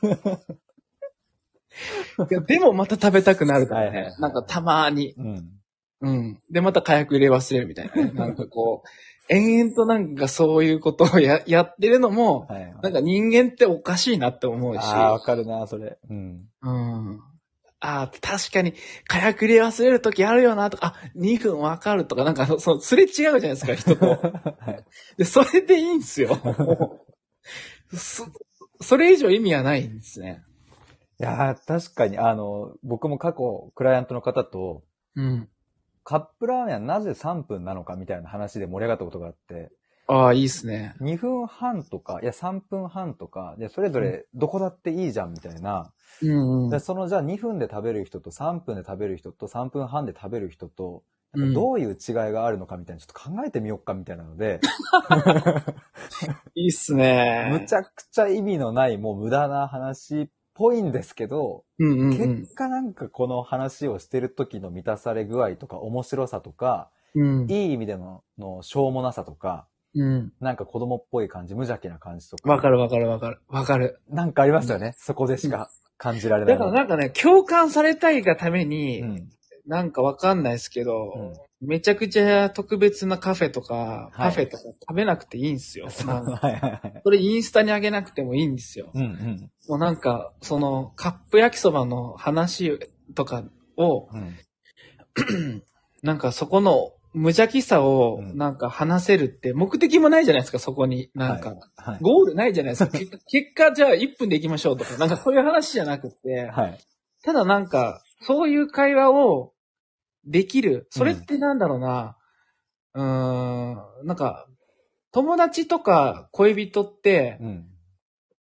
いやでもまた食べたくなるからね。 はいはいはいなんかたまーに。 うん。 うん。で、また火薬入れ忘れるみたいなね。なんかこう、延々となんかそういうことをややってるのも、 はいはい。 なんか人間っておかしいなって思うし。 ああ、わかるな、それ。うん。 うん。ああ、確かに火薬入れ忘れるときあるよなとか、あ、にふんわかるとか、なんかそう、すれ違うじゃないですか、人と。 はい。 で、それでいいんですよ。そ、それ以上意味はないんですね。 いやー、確かに、あの、僕も過去、クライアントの方と、 うん。 カップラーメンはなぜさんぷんなのかみたいな話で盛り上がったことがあって、 ああ、いいっすね。 にふんはんとか、いやさんぷんはんとか、でそれぞれどこだっていいじゃんみたいな。 うんうん。 でそのじゃあにふんで食べる人とさんぷんで食べる人とさんぷんはんで食べる人と、 うんどういう違いがあるのかみたいな、ちょっと考えてみようかみたいなので、 いいっすね。 むちゃくちゃ意味のないもう無駄な話っぽいんですけど、 うんうんうん。 結果なんかこの話をしてる時の満たされ具合とか面白さとか、 うん。 いい意味でののしょうもなさとか、 うん。 なんか子供っぽい感じ、無邪気な感じとか。 わかるわかるわかる。わかる。 なんかありますよね。そこでしか感じられないだもの。 からなんかね、共感されたいがために、 うん。 なんかわかんないですけど、めちゃくちゃ特別なカフェとか、パフェとか食べなくていいんですよ。 そうなんかはいはいはい。 それインスタに上げなくてもいいんですよ。 うんうん。 もうなんか、そのカップ焼きそばの話とかを、 うん。 なんかそこの無邪気さをうんなんか話せるって目的もないじゃないですか、そこに。なんか、 はい。はい。 ゴールないじゃないですか。結果、結果じゃあいっぷんで行きましょうとか、なんかそういう話じゃなくて、 はい。 ただなんか、そういう会話をできる。それってなんだろうな。うーん、なんか、友達とか恋人ってう、ん。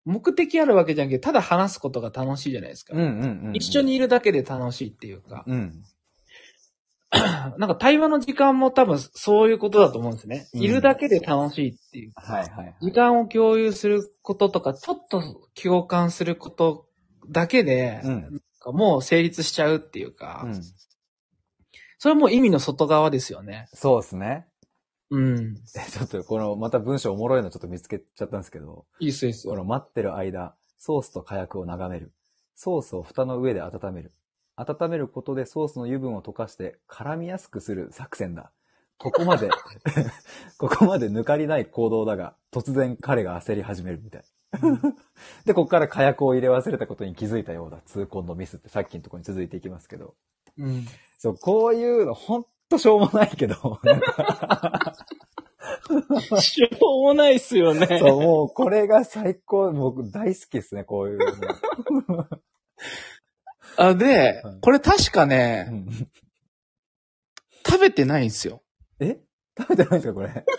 目的あるわけじゃなくて、ただ話すことが楽しいじゃないですか。 うんうんうん、うん。 一緒にいるだけで楽しいっていうか。 うん。 なんか対話の時間も多分そういうことだと思うんですね。 うん、 いるだけで楽しいっていうか。 はいはい、はい。 時間を共有することとか、ちょっと共感することだけで、 うん、 なんかもう成立しちゃうっていうか、 うん。 それも意味の外側ですよね。 そうですね。 うん。 ちょっとこの、また文章おもろいのちょっと見つけちゃったんですけど、 いいっすいいっすよ。 この待ってる間、ソースと火薬を眺める。ソースを蓋の上で温める。温めることでソースの油分を溶かして絡みやすくする作戦だ。ここまで、ここまで抜かりない行動だが、突然彼が焦り始めるみたい。で、ここから火薬を入れ忘れたことに気づいたようだ。痛恨のミスってさっきのところに続いていきますけど。 うん。 そう、こういうのほんとしょうもないけど。なんかしょうもないっすよね。 そう、もうこれが最高、僕大好きですね、こういうの。 あ、でうん、 これ確かね、 うん、 食べてないんですよ。 え食べてないんですか、これ。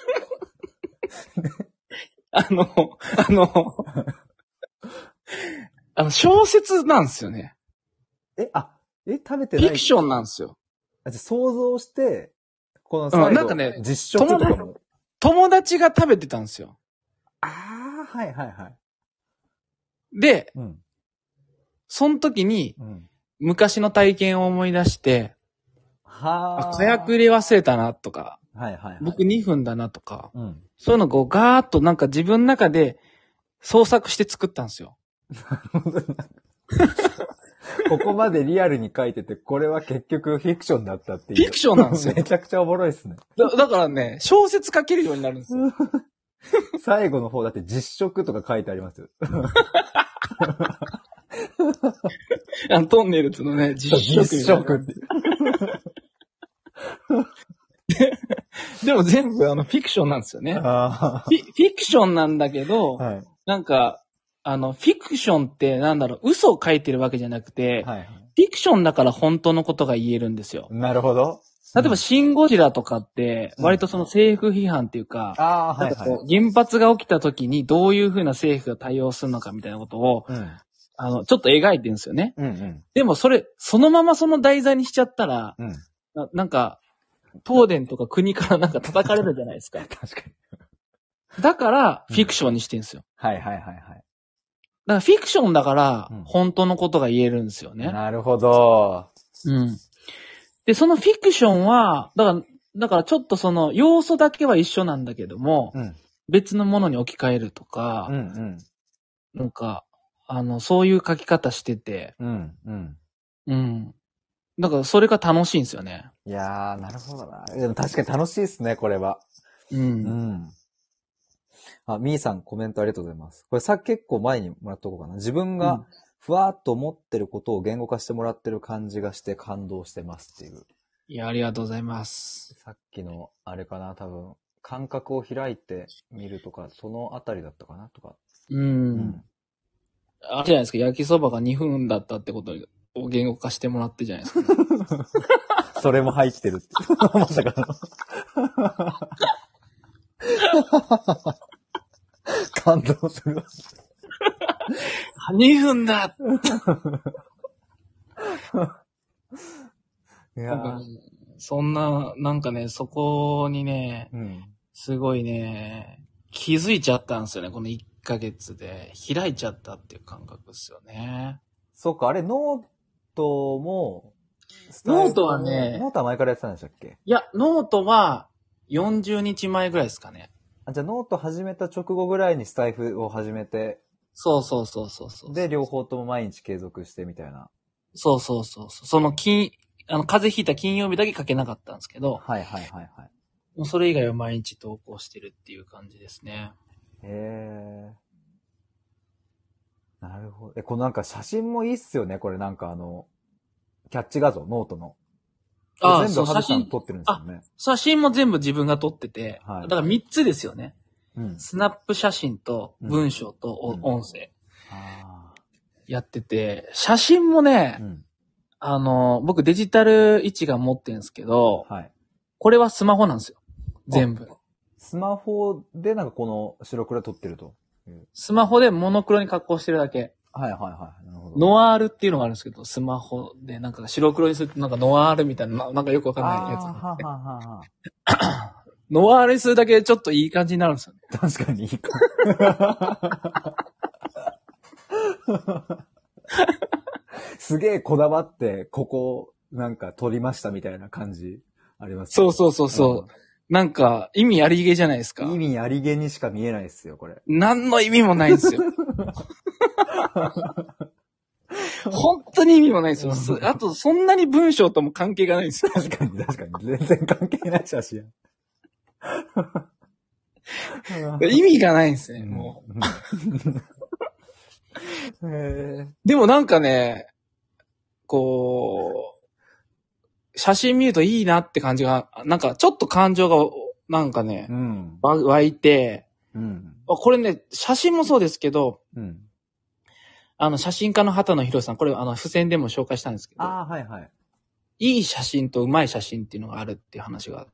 あの、あの、あの、小説なんですよね。 え、あ、え、食べてないフィクションなんですよ。 あ、じゃあ想像して、この最後、 うんなんかね実食とかも。 友達が食べてたんですよ。 ああ、はいはいはい。 で、 うん。 その時にうん。 昔の体験を思い出して、 はあ。 あ、火薬入れ忘れたなとか、 はいはいはい。 僕にふんだなとか、 うん。 そういうのをこうガーッとなんか自分の中で創作して作ったんですよ。 ここまでリアルに書いてて、これは結局フィクションだったっていう。 フィクションなんですよ。 めちゃくちゃおもろいっすね。 だだからね、小説書けるようになるんですよ。 最後の方だって実食とか書いてありますよ。 あのトンネルズのね、実食。 実食って。 でも全部あのフィクションなんですよね。フあィフィクションなんだけど、 あ。はい。 なんか、あの、フィクションってなんだろう、嘘を書いてるわけじゃなくて、 はいはい。 フィクションだから本当のことが言えるんですよ。 なるほど。 例えば、シン・ゴジラとかって、割とその政府批判っていうか、 ああ、はいはい。 なんかこう、原発が起きた時にどういう風な政府が対応するのかみたいなことを、 うん。 あの、ちょっと描いてるんですよね。 うんうん。 でもそれ、そのままその題材にしちゃったら、 うん。 ななんか、東電とか国からなんか叩かれるじゃないですか。 確かに。 だから、フィクションにしてるんですよ。 はいはいはいはい。 だからフィクションだからうん、 本当のことが言えるんですよね。 なるほど。 うん。で、そのフィクションは、だから、だからちょっとその要素だけは一緒なんだけども、 うん。 別のものに置き換えるとか、 うんうん。 なんか、あの、そういう書き方してて、 うんうん。 うん。だからそれが楽しいんですよね。 いやー、なるほどな。でも確かに楽しいですね、これは。 う。 うんん。あ、みーさんコメントありがとうございます。これさ、結構前にもらっとこうかな。自分がふわーっと思ってることを言語化してもらってる感じがして感動してますっていう。 いや、ありがとうございます。 さっきの、あれかな、多分、感覚を開いてみるとか、そのあたりだったかなとか。 うん。 うんあれじゃないですか、焼きそばがにふんだったってことを言語化してもらってじゃないですか。 それも入ってるって。まさかの。感動するわ。 にふんだいやなんかそんな、なんかね、そこにね、 うん。 すごいね、気づいちゃったんですよね、このいっかげつで。開いちゃったっていう感覚ですよね。 そうか、あれ、ノートも、 ノートはねノートは前からやってたんでしたっけ？ いや、ノートはよんじゅうにちまえぐらいですかね。 あ、じゃあノート始めた直後ぐらいにスタイフを始めて、 そうそうそうそうそう。 で、両方とも毎日継続してみたいな。 そうそうそうそう。その金、あの、風邪ひいた金曜日だけ書けなかったんですけど、 はいはいはいはい。 もうそれ以外は毎日投稿してるっていう感じですね。 へー。なるほど。え、このなんか写真もいいっすよね、これなんかあの、キャッチ画像、ノートの。 ああ、 全そう、写部ハルさん真、 撮ってるんですよね。 写真も全部自分が撮ってて、 はいだからみっつですよね。 うん。 スナップ写真と文章とおうん音声あやってて、写真もね、 ーうん。 あの、僕デジタル一眼持ってるんですけど、 はい。 これはスマホなんですよ。全部。 スマホでなんかこの白黒撮ってるとスマホでモノクロに加工してるだけ。 はいはいはい。なるほど。 ノワールっていうのがあるんですけど、スマホでなんか白黒にするとなんかノワールみたいな、なんかよくわかんないやつ。 あーはははは。 ノワールにするだけでちょっといい感じになるんですよね。 確かにいいか。すげえこだわって、ここなんか撮りましたみたいな感じあります、ね。 そうそうそうそう。 うん、なんか意味ありげじゃないですか。 意味ありげにしか見えないですよ、これ。 何の意味もないんですよ。本当に意味もないんですよ。あと、そんなに文章とも関係がないんですよ。 確かに確かに。全然関係ない写真。 意味がないんですね、もう。へでもなんかね、こう、写真見るといいなって感じが、なんかちょっと感情が、なんかね、うん、湧いて、うん、これね、写真もそうですけど、うん、あの、写真家の畑野博さん、これあの、付箋でも紹介したんですけど、あ、はいはい。いい写真とうまい写真っていうのがあるっていう話があって、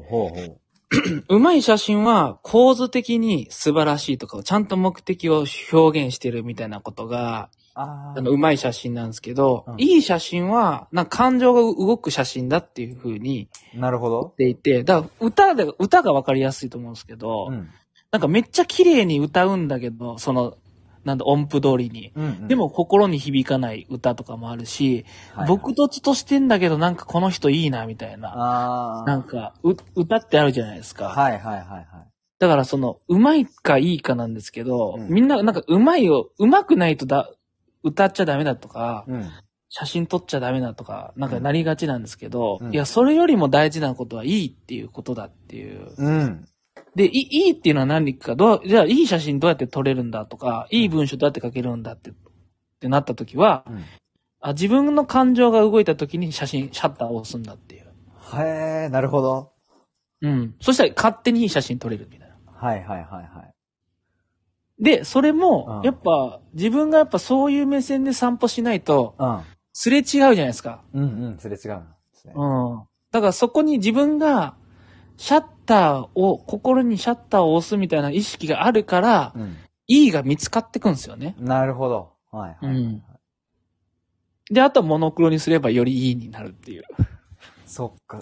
ほうほうほううまい写真は構図的に素晴らしいとか、ちゃんと目的を表現してるみたいなことが、あの、うまい写真なんですけど、うん、いい写真は、なんか感情が動く写真だっていう風に、なるほど。言っていて、だから歌で、歌がわかりやすいと思うんですけど、うん、なんかめっちゃ綺麗に歌うんだけど、その、なんだ、音符通りに、うんうん。でも心に響かない歌とかもあるし、はいはい、僕とちとしてんだけどなんかこの人いいなみたいな。なんかう、歌ってあるじゃないですか。はいはいはいはい。だからその、うまいかいいかなんですけど、うん、みんななんかうまいを、うまくないとだ、歌っちゃダメだとか、うん、写真撮っちゃダメだとか、なんかなりがちなんですけど、うん、いや、それよりも大事なことはいいっていうことだっていう。うんで、いいっていうのは何か、どう、じゃあいい写真どうやって撮れるんだとか、いい文章どうやって書けるんだって、ってなった時は、うん、あ、自分の感情が動いた時に写真、シャッターを押すんだっていう。へー、なるほど。うん。そしたら勝手にいい写真撮れるみたいな。はいはいはいはい。で、それも、やっぱ、うん、自分がやっぱそういう目線で散歩しないと、うん、すれ違うじゃないですか。うんうん、すれ違うんですね。うん。だからそこに自分が、シャッターを、心にシャッターを押すみたいな意識があるから、うん、いいが見つかってくんですよね。なるほど。はいはい、はい、うん。で、あとはモノクロにすればよりいいになるっていう。そっか。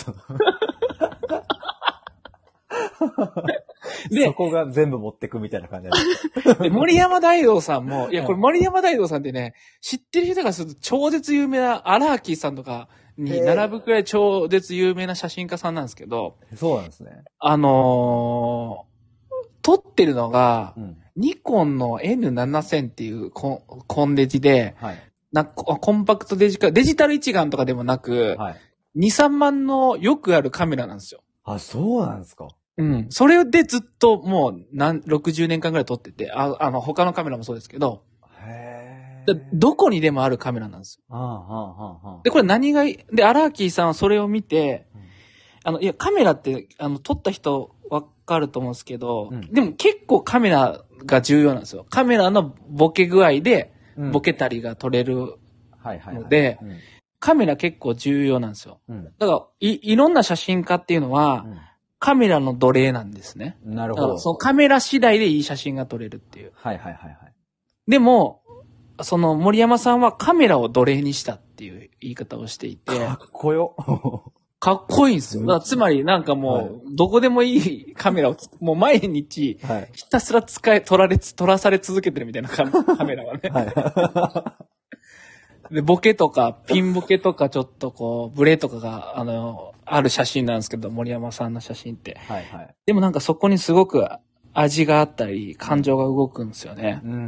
で、そこが全部持ってくみたいな感じなんで森山大道さんも、いや、これ森山大道さんってね、知ってる人がすると超絶有名な荒木さんとかに並ぶくらい超絶有名な写真家さんなんですけど、そうなんですね。あのー、撮ってるのが、うん、ニコンの エヌななせん っていうコン、コンデジで、はい、なコンパクトデジカ、デジタル一眼とかでもなく、はい、に、さんまんのよくあるカメラなんですよ。あ、そうなんですか。うん。それでずっともう何、ろくじゅうねんかんぐらい撮ってて、あ、あの、他のカメラもそうですけど、へー。どこにでもあるカメラなんですよ。ああ、はあ、はあ。で、これ何がいい、で、アラーキーさんはそれを見て、うん、あの、いや、カメラって、あの、撮った人わかると思うんですけど、うん、でも結構カメラが重要なんですよ。カメラのボケ具合で、ボケたりが撮れるので、カメラ結構重要なんですよ。うん、だから、い、いろんな写真家っていうのは、うん、カメラの奴隷なんですね。なるほど。そのカメラ次第でいい写真が撮れるっていう。はいはいはいはい。でも、その森山さんはカメラを奴隷にしたっていう言い方をしていて。かっこよ。かっこいいんですよ。だからつまりなんかもう、どこでもいいカメラを、もう毎日、ひたすら使え、撮られ、撮らされ続けてるみたいなカメラがね。はい。で、ボケとか、ピンボケとかちょっとこう、ブレとかが、あの、ある写真なんですけど、森山さんの写真って。はいはい。でもなんかそこにすごく味があったり、感情が動くんですよね。うん、うん、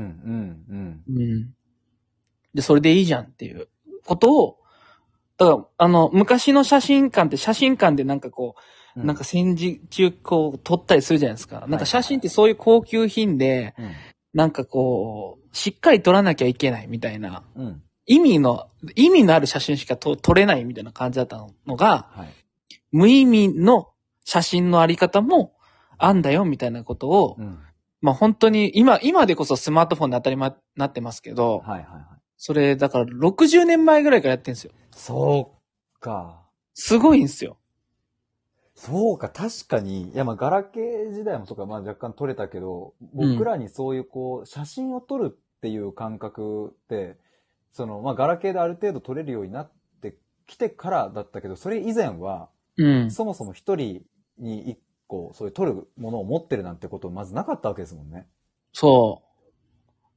うん。うん。で、それでいいじゃんっていうことを、だから、あの、昔の写真館って写真館でなんかこう、うん、なんか戦時中こう撮ったりするじゃないですか。なんか写真ってそういう高級品で、はいはい、なんかこう、しっかり撮らなきゃいけないみたいな。うん、意味の、意味のある写真しか撮れないみたいな感じだったのが、はい、無意味の写真のあり方もあんだよみたいなことを、うん、まあ本当に今、今でこそスマートフォンで当たり前になってますけど、はいはいはい、それだからろくじゅうねんまえぐらいからやってるんですよ。そうか。すごいんですよ。 そうか、確かに。いや、まあ、ガラケー時代もそうか、まあ、若干撮れたけど、僕らにそういう、こう、写真を撮るっていう感覚って、その、まあ、ガラケーである程度撮れるようになってきてからだったけど、それ以前は、 うん。 そもそも一人に一個、そういう撮るものを持ってるなんてことまずなかったわけですもんね。 そう。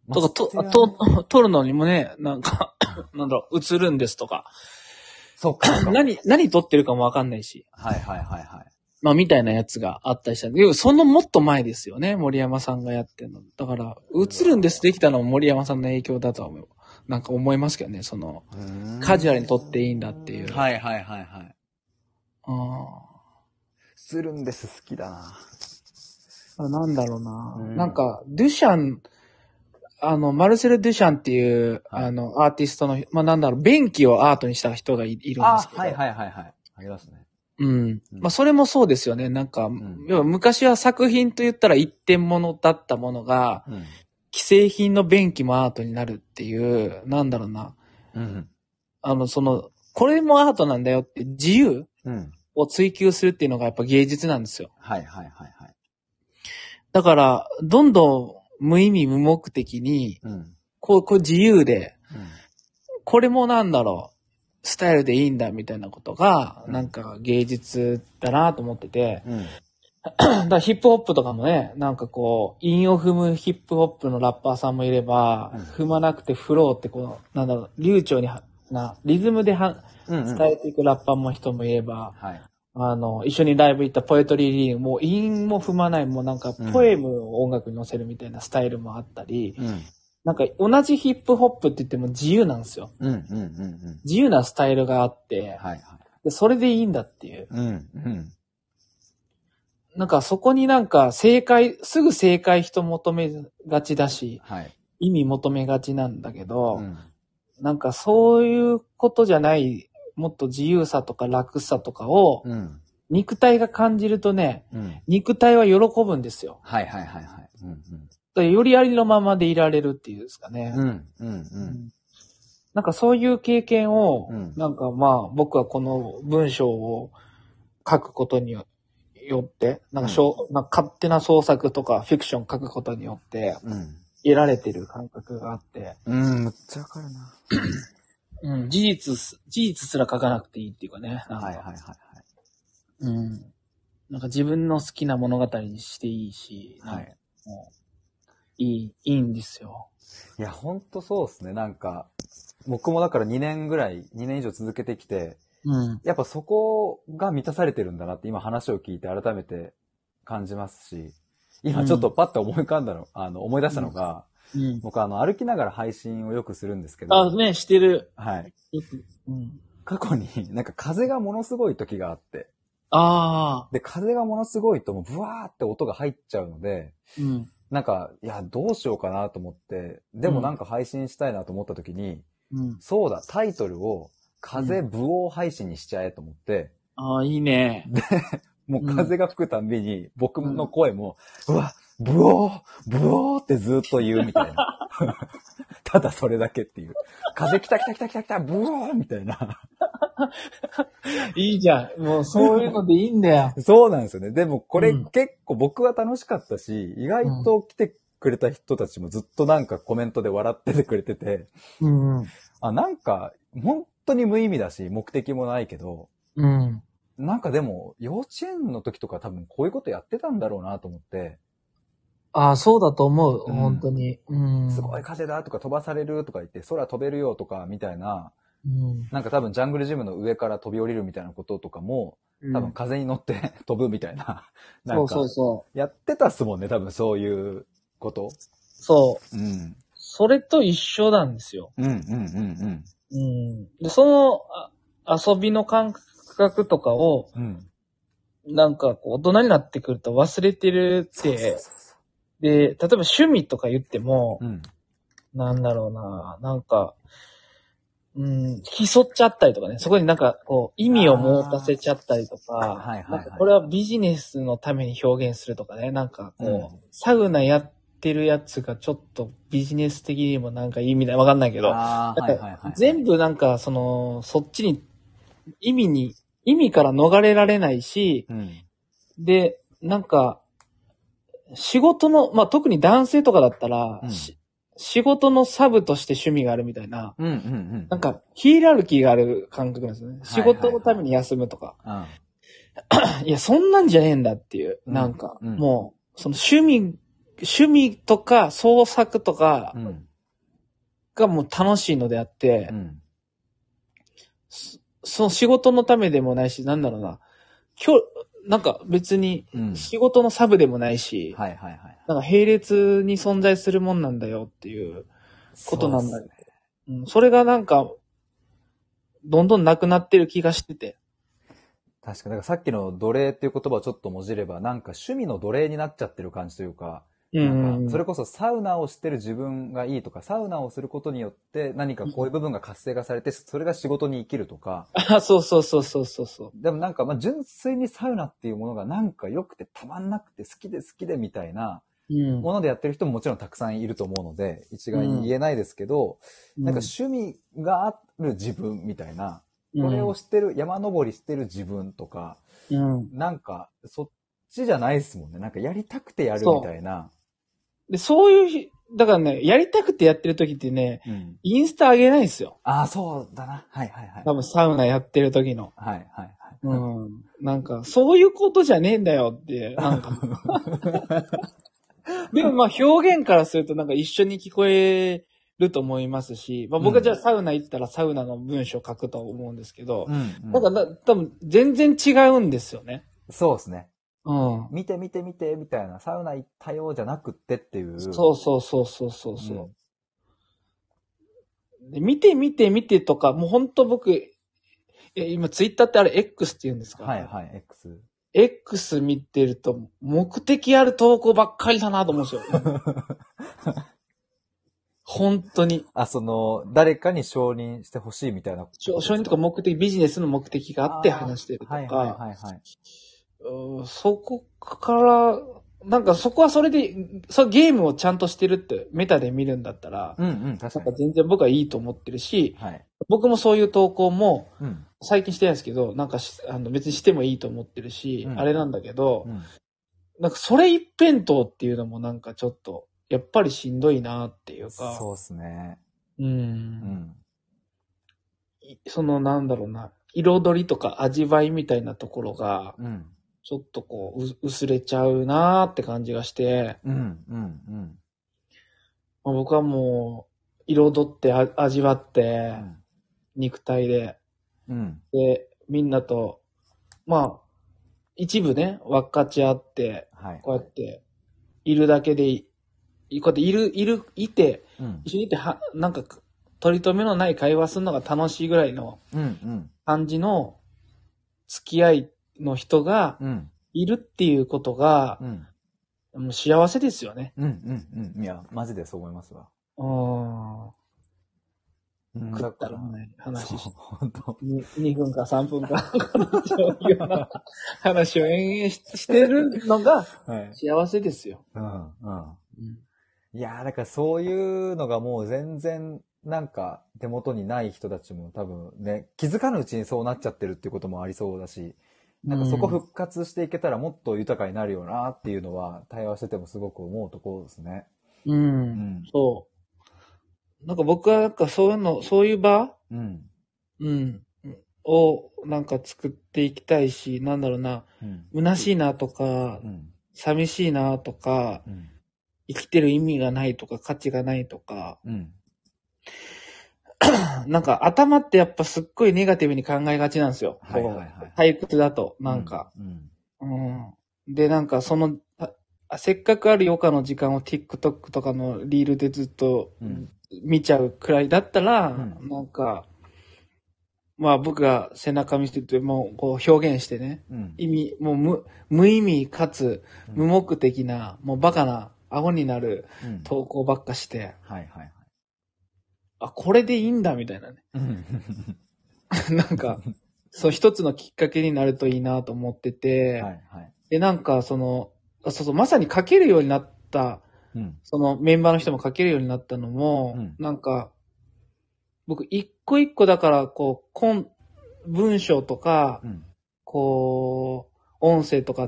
まとか、と、 してやねと、撮るのにもね、なんか、なんだろう、映るんですとか。 そうか、そうか。 何、何撮ってるかもわかんないし。 はいはいはいはい。 まあ、みたいなやつがあったりした。でもそのもっと前ですよね、森山さんがやってるの。だから、映るんですできたのも森山さんの影響だとは思う。なんか思いますけどね、その、 うーんカジュアルに撮っていいんだっていう。 はいはいはいはい。 あするんです好きだな。 あ。なんだろうな。 うんなんか、デュシャン、あの、マルセル・デュシャンっていう、 はいあの、アーティストの、まあ、なんだろう、便器をアートにした人がい、いるんであ、 すけど。 はいはいはいはい。ありますね。 うん。 うんまあ、それもそうですよね。なんか、 ん要は昔は作品と言ったら一点物だったものが、 うん。 既製品の便器もアートになるっていう、なんだろうな。 うん。 あの、その、これもアートなんだよって自由うん。 を追求するっていうのがやっぱ芸術なんですよ。 はいはいはいはい。 だから、どんどん無意味無目的に、 うん。 こう、こう自由で、 うん。 これもなんだろう、スタイルでいいんだみたいなことが、 うんなんか芸術だなと思ってて、 うん。 だからヒップホップとかもね、なんかこう、韻を踏むヒップホップのラッパーさんもいれば、 うん踏まなくてフローってこう、なんだろう、流暢には、な、リズムではうんうん。 伝えていくラッパーも人もいれば、 はい。 あの、一緒にライブ行ったポエトリーリーディングも韻も踏まない、もうなんかポエムを音楽に乗せるみたいなスタイルもあったり、 うん。 なんか同じヒップホップって言っても自由なんですよ。 うんうんうんうん。 自由なスタイルがあって、 はいはい。 でそれでいいんだっていう。 うんうん。 なんかそこになんか正解、すぐ正解人求めがちだし、 はい。 意味求めがちなんだけど、 うん。 なんかそういうことじゃない、もっと自由さとか楽さとかを、 うん。 肉体が感じるとね、 うん。 肉体は喜ぶんですよ。 はいはいはいはい。うんうん。 だからよりありのままでいられるっていうんですかね。 うんうんう。 うんんなんかそういう経験を、 うんなんかまあ僕はこの文章を書くことによって、なんかしょう、なんか勝手な創作とかフィクション書くことによってうん。 得られてる感覚があって、 うん、むっちゃわかるな。 うん、事実す、事実すら書かなくていいっていうかね。なんかはいはいはいはい。 うん。なんか自分の好きな物語にしていいし、 はい。 もういい、いいんですよ。 いや、ほんとそうですね。なんか、僕もだからにねんぐらい、にねん以上続けてきて、 うん。 やっぱそこが満たされてるんだなって今話を聞いて改めて感じますし、今ちょっとパッと思い浮かんだの、あの、思い出したのが、 うん。 僕あの、歩きながら配信をよくするんですけど、 あ、ね、してる。 はい。 よく。うん。 過去になんか風がものすごい時があって、 ああ。 で、風がものすごいともうブワーって音が入っちゃうので、 うん。 なんか、いや、どうしようかなと思って、でもなんか配信したいなと思った時に、 うん。 そうだ、タイトルを風武王配信にしちゃえと思って、 ああ、いいね。 もう風が吹くたんびに僕の声も、うわ、ブオーブオーってずっと言うみたいな。ただそれだけっていう。風来た来た来た来た来た、ブオーみたいな。 いいじゃん。もうそういうのでいいんだよ。 そうなんですよね。でもこれうん結構僕は楽しかったし、意外と来てくれた人たちもずっとなんかコメントで笑っててくれてて、 うんうん。 あ、なんか本当に無意味だし、目的もないけど、 うん。 なんかでも幼稚園の時とか多分こういうことやってたんだろうなと思って、 ああ、そうだと思う。 うん本当に。うん。 すごい風だとか飛ばされるとか言って空飛べるよとかみたいな、 うん。 なんか多分ジャングルジムの上から飛び降りるみたいなこととかも、多分風に乗って飛ぶみたいな、なんかそうそうそう。 やってたっすもんね、多分そういうこと。 そう。 うん。 それと一緒なんですよ。 うんうんうんうん。で、そのあ遊びの感覚とかを、 うん。うん。 なんかこう大人になってくると忘れてるっそうそうて、 そうそで、例えば趣味とか言っても、 う。うん。 なんだろうな、なんか、うん、潜っちゃったりとかね、そこになんかこう意味を持たせちゃったりとか、 はいはいはいなんかこれはビジネスのために表現するとかね、なんかこう、 うんサウナやってるやつがちょっとビジネス的にもなんか意味ない、わかんないけど、 ああ、 なんかはいはいはい。 全部なんかその、そっちに意味に意味から逃れられないし、 うん。 で、なんか、仕事の、まあ、特に男性とかだったら、 うんし仕事のサブとして趣味があるみたいな、 うんうんうん。 なんか、ヒエラルキーがある感覚なんですよね。 い仕事のために休むとか。 うん。 いや、そんなんじゃねえんだっていう。 うんなんか、 うんもう、その趣味、趣味とか創作とかうん。 がもう楽しいのであって、 うん。 そその仕事のためでもないし、なんだろうな。今日、なんか別にうん仕事のサブでもないし、 はいはいはい。 なんか並列に存在するもんなんだよっていうことなんだそうっけど、うん、それがなんか、どんどんなくなってる気がしてて。 確かに、だからさっきの奴隷っていう言葉をちょっともじれば、なんか趣味の奴隷になっちゃってる感じというか、なんか、それこそサウナをしてる自分がいいとか、サウナをすることによって何かこういう部分が活性化されて、それが仕事に生きるとか。 あ、そうそうそうそうそうそう。 でもなんか、まあ、純粋にサウナっていうものがなんか良くてたまんなくて好きで好きでみたいなうんものでやってる人ももちろんたくさんいると思うので、一概に言えないですけど、 うん、 なんか趣味がある自分みたいな、 うん、 これをしてる、山登りしてる自分とか、 うん、 なんか、そっちじゃないですもんね。なんかやりたくてやるみたいな。 で、そういう日、だからね、やりたくてやってる時ってね、 うん、 インスタ上げないんですよ。 ああ、そうだな。はいはいはい。 多分サウナやってる時の。 はいはいはい。 うん。なんか、そういうことじゃねえんだよって、なんか。でもまあ表現からするとなんか一緒に聞こえると思いますし、まあ僕はじゃあサウナ行ったらサウナの文章を書くと思うんですけど、 うん、うん。 なんかな多分全然違うんですよね。 そうですね。 うん。 見て見て見てみたいな、サウナ行ったよじゃなくってっていう。 そうそうそうそうそうそう、 うん、 で。見て見て見てとか、もうほんと僕、え今ツイッターってあれ X って言うんですか？ はいはい、X。 X 見てると目的ある投稿ばっかりだなと思うんですよ。本当に。 あ、その、誰かに承認してほしいみたいな。 承認とか目的、ビジネスの目的があって話してるとか。 はいはいはいはい。 うん、そこから、なんかそこはそれで、そゲームをちゃんとしてるってメタで見るんだったら、 うんうん、確かに。 なんか全然僕はいいと思ってるし、 はい、 僕もそういう投稿も、 うん最近してないですけど、なんかしあの別にしてもいいと思ってるし、 うん、 あれなんだけど、 うん、 なんかそれ一辺倒っていうのもなんかちょっと、やっぱりしんどいなっていうか。 そうですね。 うん。 うん。 そのなんだろうな、彩りとか味わいみたいなところが、 うん。 ちょっとこう、う薄れちゃうなーって感じがして、 うん、うん、うん。 まあ、僕はもう、彩ってあ味わって、 うん、 肉体で、 うん。 で、みんなと、まあ、一部ね、分かち合って、 はい。 こうやって、いるだけでいい、こうやっている、いる、いて、 うん、 一緒にいて、は、なんか、取り留めのない会話するのが楽しいぐらいのうん、うん。 感じの付き合いの人がうん、 いるっていうことが、 うん。 もう幸せですよね。 うん、うん、うん。いや、マジでそう思いますわ。 うーん。 うん、 食ったらない話しそう、本当。 ににふんかさんぷんか話をような話を延々ししてるのがはい。 幸せですよ。 うん、うん。 うんいやー、だからそういうのがもう全然なんか手元にない人たちも多分ね、気づかぬうちにそうなっちゃってるっていうこともありそうだし、なんかそこ復活していけたらもっと豊かになるよなっていうのは対話しててもすごく思うところですね。 うん。うん。そう。なんか僕はなんかそういうの、そういう場うん。 うん。をなんか作っていきたいし、なんだろうな、 うん。 虚しいなとか、 うん。 寂しいなとか、 うん。 生きてる意味がないとか、価値がないとか、 うん。 なんか頭ってやっぱすっごいネガティブに考えがちなんですよ。 はいはいはい退屈だと、なんか。 うん。 うんで、なんかその、あせっかくある余暇の時間を TikTok とかのリールでずっとうん見ちゃうくらいだったら、 うんなんか、まあ僕が背中見せてもうこう表現してね、 うん。 意味、もう無無意味かつうん無目的な、もうバカな、顎になるうん。 投稿ばっかして、 はいはいはい。 あ、これでいいんだみたいなね。 うん。 なんか、そう一つのきっかけになるといいなと思ってて、 はいはい。 で、なんかその、あそうそう、まさに書けるようになった、 うん。 そのメンバーの人も書けるようになったのも、 うんなんか、僕一個一個だから、こう、こん文章とか、 うん。 こう、音声とかって、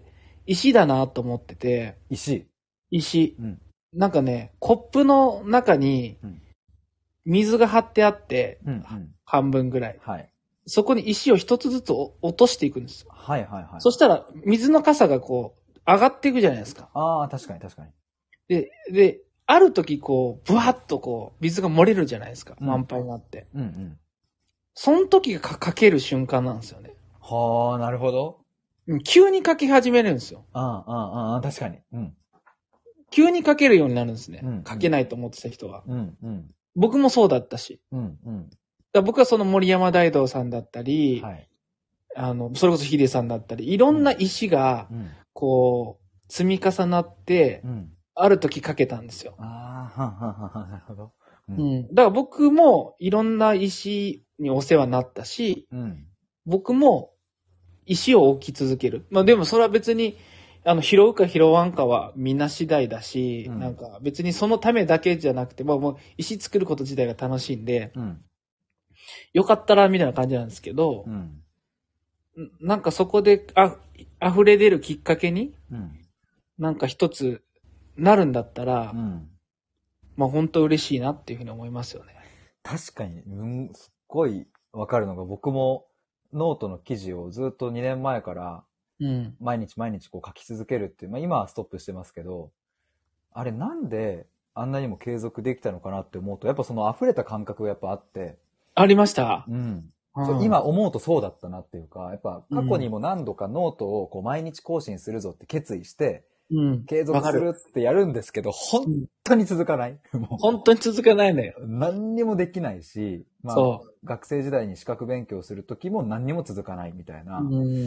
石だなと思ってて。 石。 石。 うん。 なんかね、コップの中に、水が張ってあって、 うんうん、 半分ぐらい。 はい。 そこに石を一つずつ落としていくんですよ。 はいはいはい。 そしたら、水のかさがこう、上がっていくじゃないですか。 ああ、確かに確かに。 で、で、ある時こう、ブワッとこう、水が漏れるじゃないですか。 うん、 満杯になって。 うんうん。 その時がかかける瞬間なんですよね。 はあ、なるほど。 急にかけ始めるんですよ。 ああ、ああ、確かに。うん。 急にかけるようになるんですね。 うんうん、 かけないと思ってた人は。 うんうん。 僕もそうだったし。 うんうん。 だ僕はその森山大道さんだったり、はい、あの、それこそヒデさんだったり、いろんな石が、こう、積み重なって、うん、ある時かけたんですよ。 ああ、はんはんはんはん、なるほど。 うん。うん。だから僕もいろんな石にお世話になったし、うん、僕も石を置き続ける。まあでもそれは別に、あの、拾うか拾わんかはみんな次第だし、うん、なんか別にそのためだけじゃなくて、まあもう石作ること自体が楽しいんで、うん、よかったらみたいな感じなんですけど、うん、なんかそこであ溢れ出るきっかけに、うん、なんか一つなるんだったら、うん、まあ本当嬉しいなっていうふうに思いますよね。 確かに、うん、すっごいわかるのが、僕もノートの記事をずっとにねんまえから、うん、毎日毎日こう書き続けるっていう、まあ今はストップしてますけど、あれなんであんなにも継続できたのかなって思うと、やっぱその溢れた感覚がやっぱあって。 ありました。 うん。うん、今思うとそうだったなっていうか、やっぱ過去にも何度かノートをこう毎日更新するぞって決意して、うん、継続するってやるんですけど、本当に続かない。 もう本当に続かないのよ。 何にもできないし、まあ、学生時代に資格勉強するときも何にも続かないみたいな。 うん、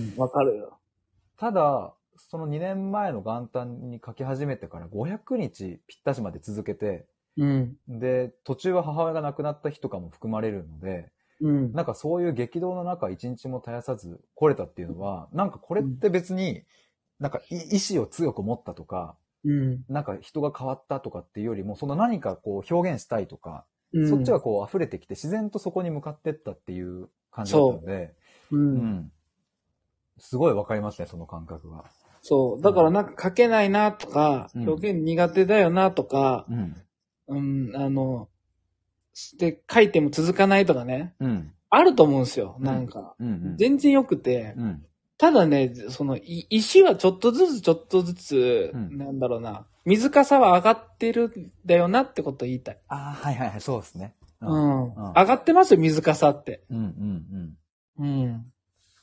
わかるよ。 ただ、そのにねんまえの元旦に書き始めてからごひゃくにちぴったしまで続けて、うん、で、途中は母親が亡くなった日とかも含まれるので、うん、なんかそういう激動の中一日も絶やさず来れたっていうのは、なんかこれって別に、なんか意志を強く持ったとか、うん、なんか人が変わったとかっていうよりも、その何かこう表現したいとか、うん、そっちがこう溢れてきて自然とそこに向かってったっていう感じだったので、う、うん、すごいわかりますね、その感覚が。 そう。だからなんか書けないなとか、うん、表現苦手だよなとか、うん、うん、あの、で、書いても続かないとかね、うん、あると思うんですよ、なんか。うんうんうん、全然よくて、うん、ただね、その、石はちょっとずつちょっとずつ、うん、なんだろうな、水かさは上がってるんだよなってことを言いたい。 ああ、はいはいはい、そうですね。 うん。うん、上がってますよ、水かさって。 うんうんうん。うん。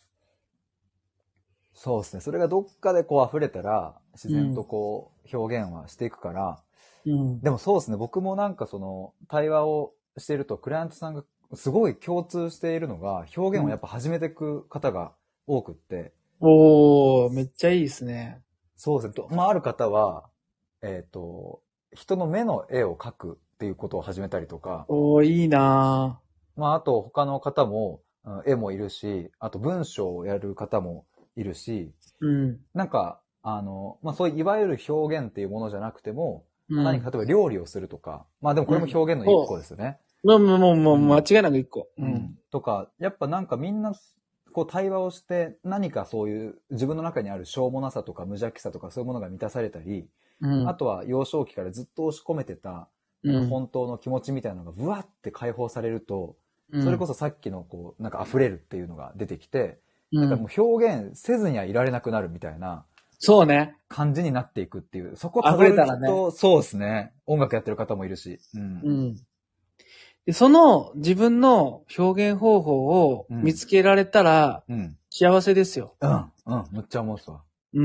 そうですね。それがどっかでこう溢れたら、自然とこう、表現はしていくから、うん、でもそうですね。僕もなんかその、対話をしていると、クライアントさんがすごい共通しているのが、表現をやっぱ始めていく方が多くって。 うん、おー、めっちゃいいですね。 そうですね。まあ、ある方は、えっと、人の目の絵を描くっていうことを始めたりとか。 おー、いいなぁ。まあ、あと他の方も、絵もいるし、あと文章をやる方もいるし、うん、なんか、あの、まあ、そういういわゆる表現っていうものじゃなくても、うん、何か例えば料理をするとか、まあでもこれも表現の一個ですよね。 もう、もう、もう、もう間違いなく一個。 うん。うん、とか、やっぱなんかみんな、こう対話をして何かそういう自分の中にあるしょうもなさとか無邪気さとかそういうものが満たされたり、うん、あとは幼少期からずっと押し込めてた、なんか本当の気持ちみたいなのがブワッて解放されると、うん、それこそさっきのこう、なんか溢れるっていうのが出てきて、うん、なんかもう表現せずにはいられなくなるみたいな。 そうね。 感じになっていくっていう。そこたどる人、ね、そうですね。音楽やってる方もいるし。うん。うんでその自分の表現方法を見つけられたら、幸せですよ。 うん、うん、めっちゃ思うっすわ。 うん。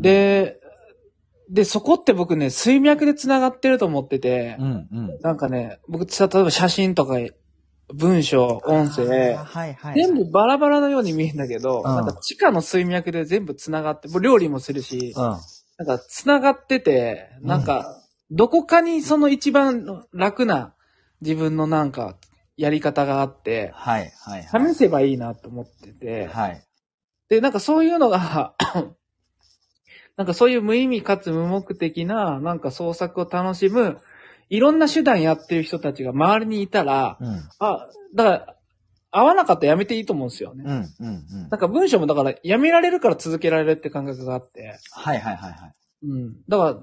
で、で、そこって僕ね、水脈で繋がってると思ってて、うんうん、なんかね、僕、例えば写真とか、文章、音声、はいはいはい、全部バラバラのように見えるんだけど、うん、なんか地下の水脈で全部繋がって、料理もするし、うん、なんか繋がってて、なんか、どこかにその一番楽な自分のなんか、やり方があって、はいはいはい、試せばいいなと思ってて、はい、で、なんかそういうのが、なんかそういう無意味かつ無目的な、なんか創作を楽しむ、いろんな手段やってる人たちが周りにいたら、うん、あ、だから、 合わなかったらやめていいと思うんですよね。 うん、うん、うん。 なんか文章もだからやめられるから続けられるって感覚があって。 はいはいはいはい。 うん。だから、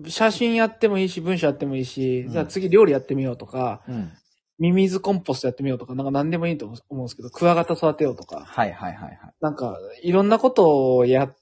写真やってもいいし、文章やってもいいし、 うんじゃあ次料理やってみようとか、 うん。 ミミズコンポストやってみようとか、なんか何でもいいと思うんですけど、クワガタ育てようとか、 はいはいはいはい。 なんかいろんなことをやって、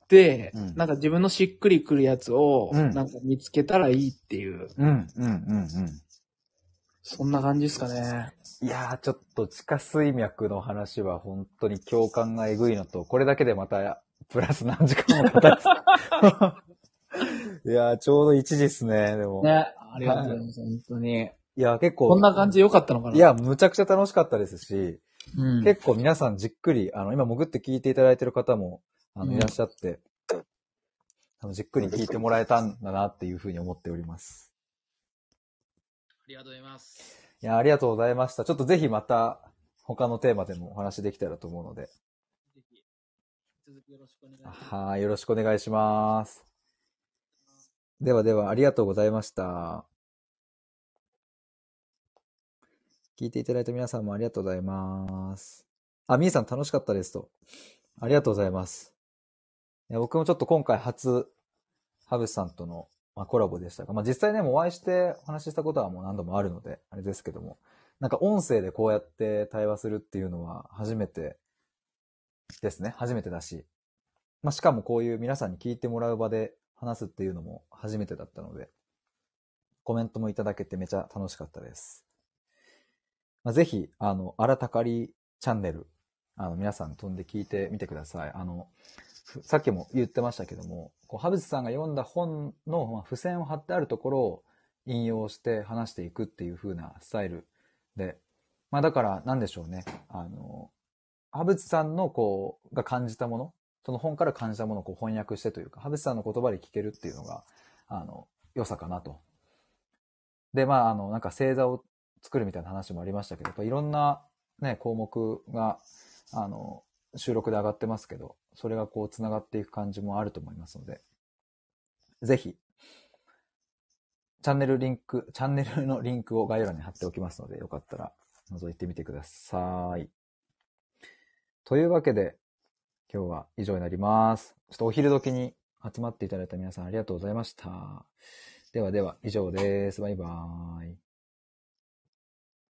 うんなんか自分のしっくりくるやつを、 うんなんか見つけたらいいっていう、 うん、うん、うん、うん。 そんな感じですかね。 いやー、ちょっと地下水脈の話は本当に共感がえぐいのと、これだけでまた、プラス何時間も語りいやー、ちょうどいちじっすね、でも。 ね、ありがとうございます、本当に。 いやー、結構。 こんな感じでよかったのかな。 いや、むちゃくちゃ楽しかったですし、 うん、 結構皆さんじっくり、あの、今潜って聞いていただいてる方も、あの、 うんいらっしゃって、あの、じっくり聞いてもらえたんだなっていうふうに思っております。 ありがとうございます。 いや、ありがとうございました。ちょっとぜひまた、他のテーマでもお話できたらと思うので。 ぜひ、続きよろしくお願いします。 はい、よろしくお願いします。ではでは、ありがとうございました。聞いていただいた皆さんもありがとうございます。あ、みーさん楽しかったですと。ありがとうございます。いや僕もちょっと今回初、ハブさんとの、まあ、コラボでしたが、まあ、実際ね、もうお会いしてお話ししたことはもう何度もあるので、あれですけども、なんか音声でこうやって対話するっていうのは初めてですね。初めてだし。まあ、しかもこういう皆さんに聞いてもらう場で話すっていうのも初めてだったので、コメントもいただけてめちゃ楽しかったです。まあ、ぜひ、あの、あらたかりチャンネル、あの、皆さん飛んで聞いてみてください。あの、さっきも言ってましたけども、こう、ハブズさんが読んだ本の、まあ、付箋を貼ってあるところを引用して話していくっていう風なスタイルで、まあだからなんでしょうね。あの、ハブズさんのこう、が感じたもの、その本から感じたものをこう翻訳してというか、ハブズさんの言葉で聞けるっていうのが、あの、良さかなと。で、まあ、あの、なんか星座を作るみたいな話もありましたけど、やっぱいろんなね、項目が、あの、収録で上がってますけど、それがこう繋がっていく感じもあると思いますので、ぜひ、チャンネルリンク、チャンネルのリンクを概要欄に貼っておきますので、よかったら覗いてみてください。というわけで、今日は以上になります。ちょっとお昼時に集まっていただいた皆さんありがとうございました。ではでは、以上です。バイバーイ。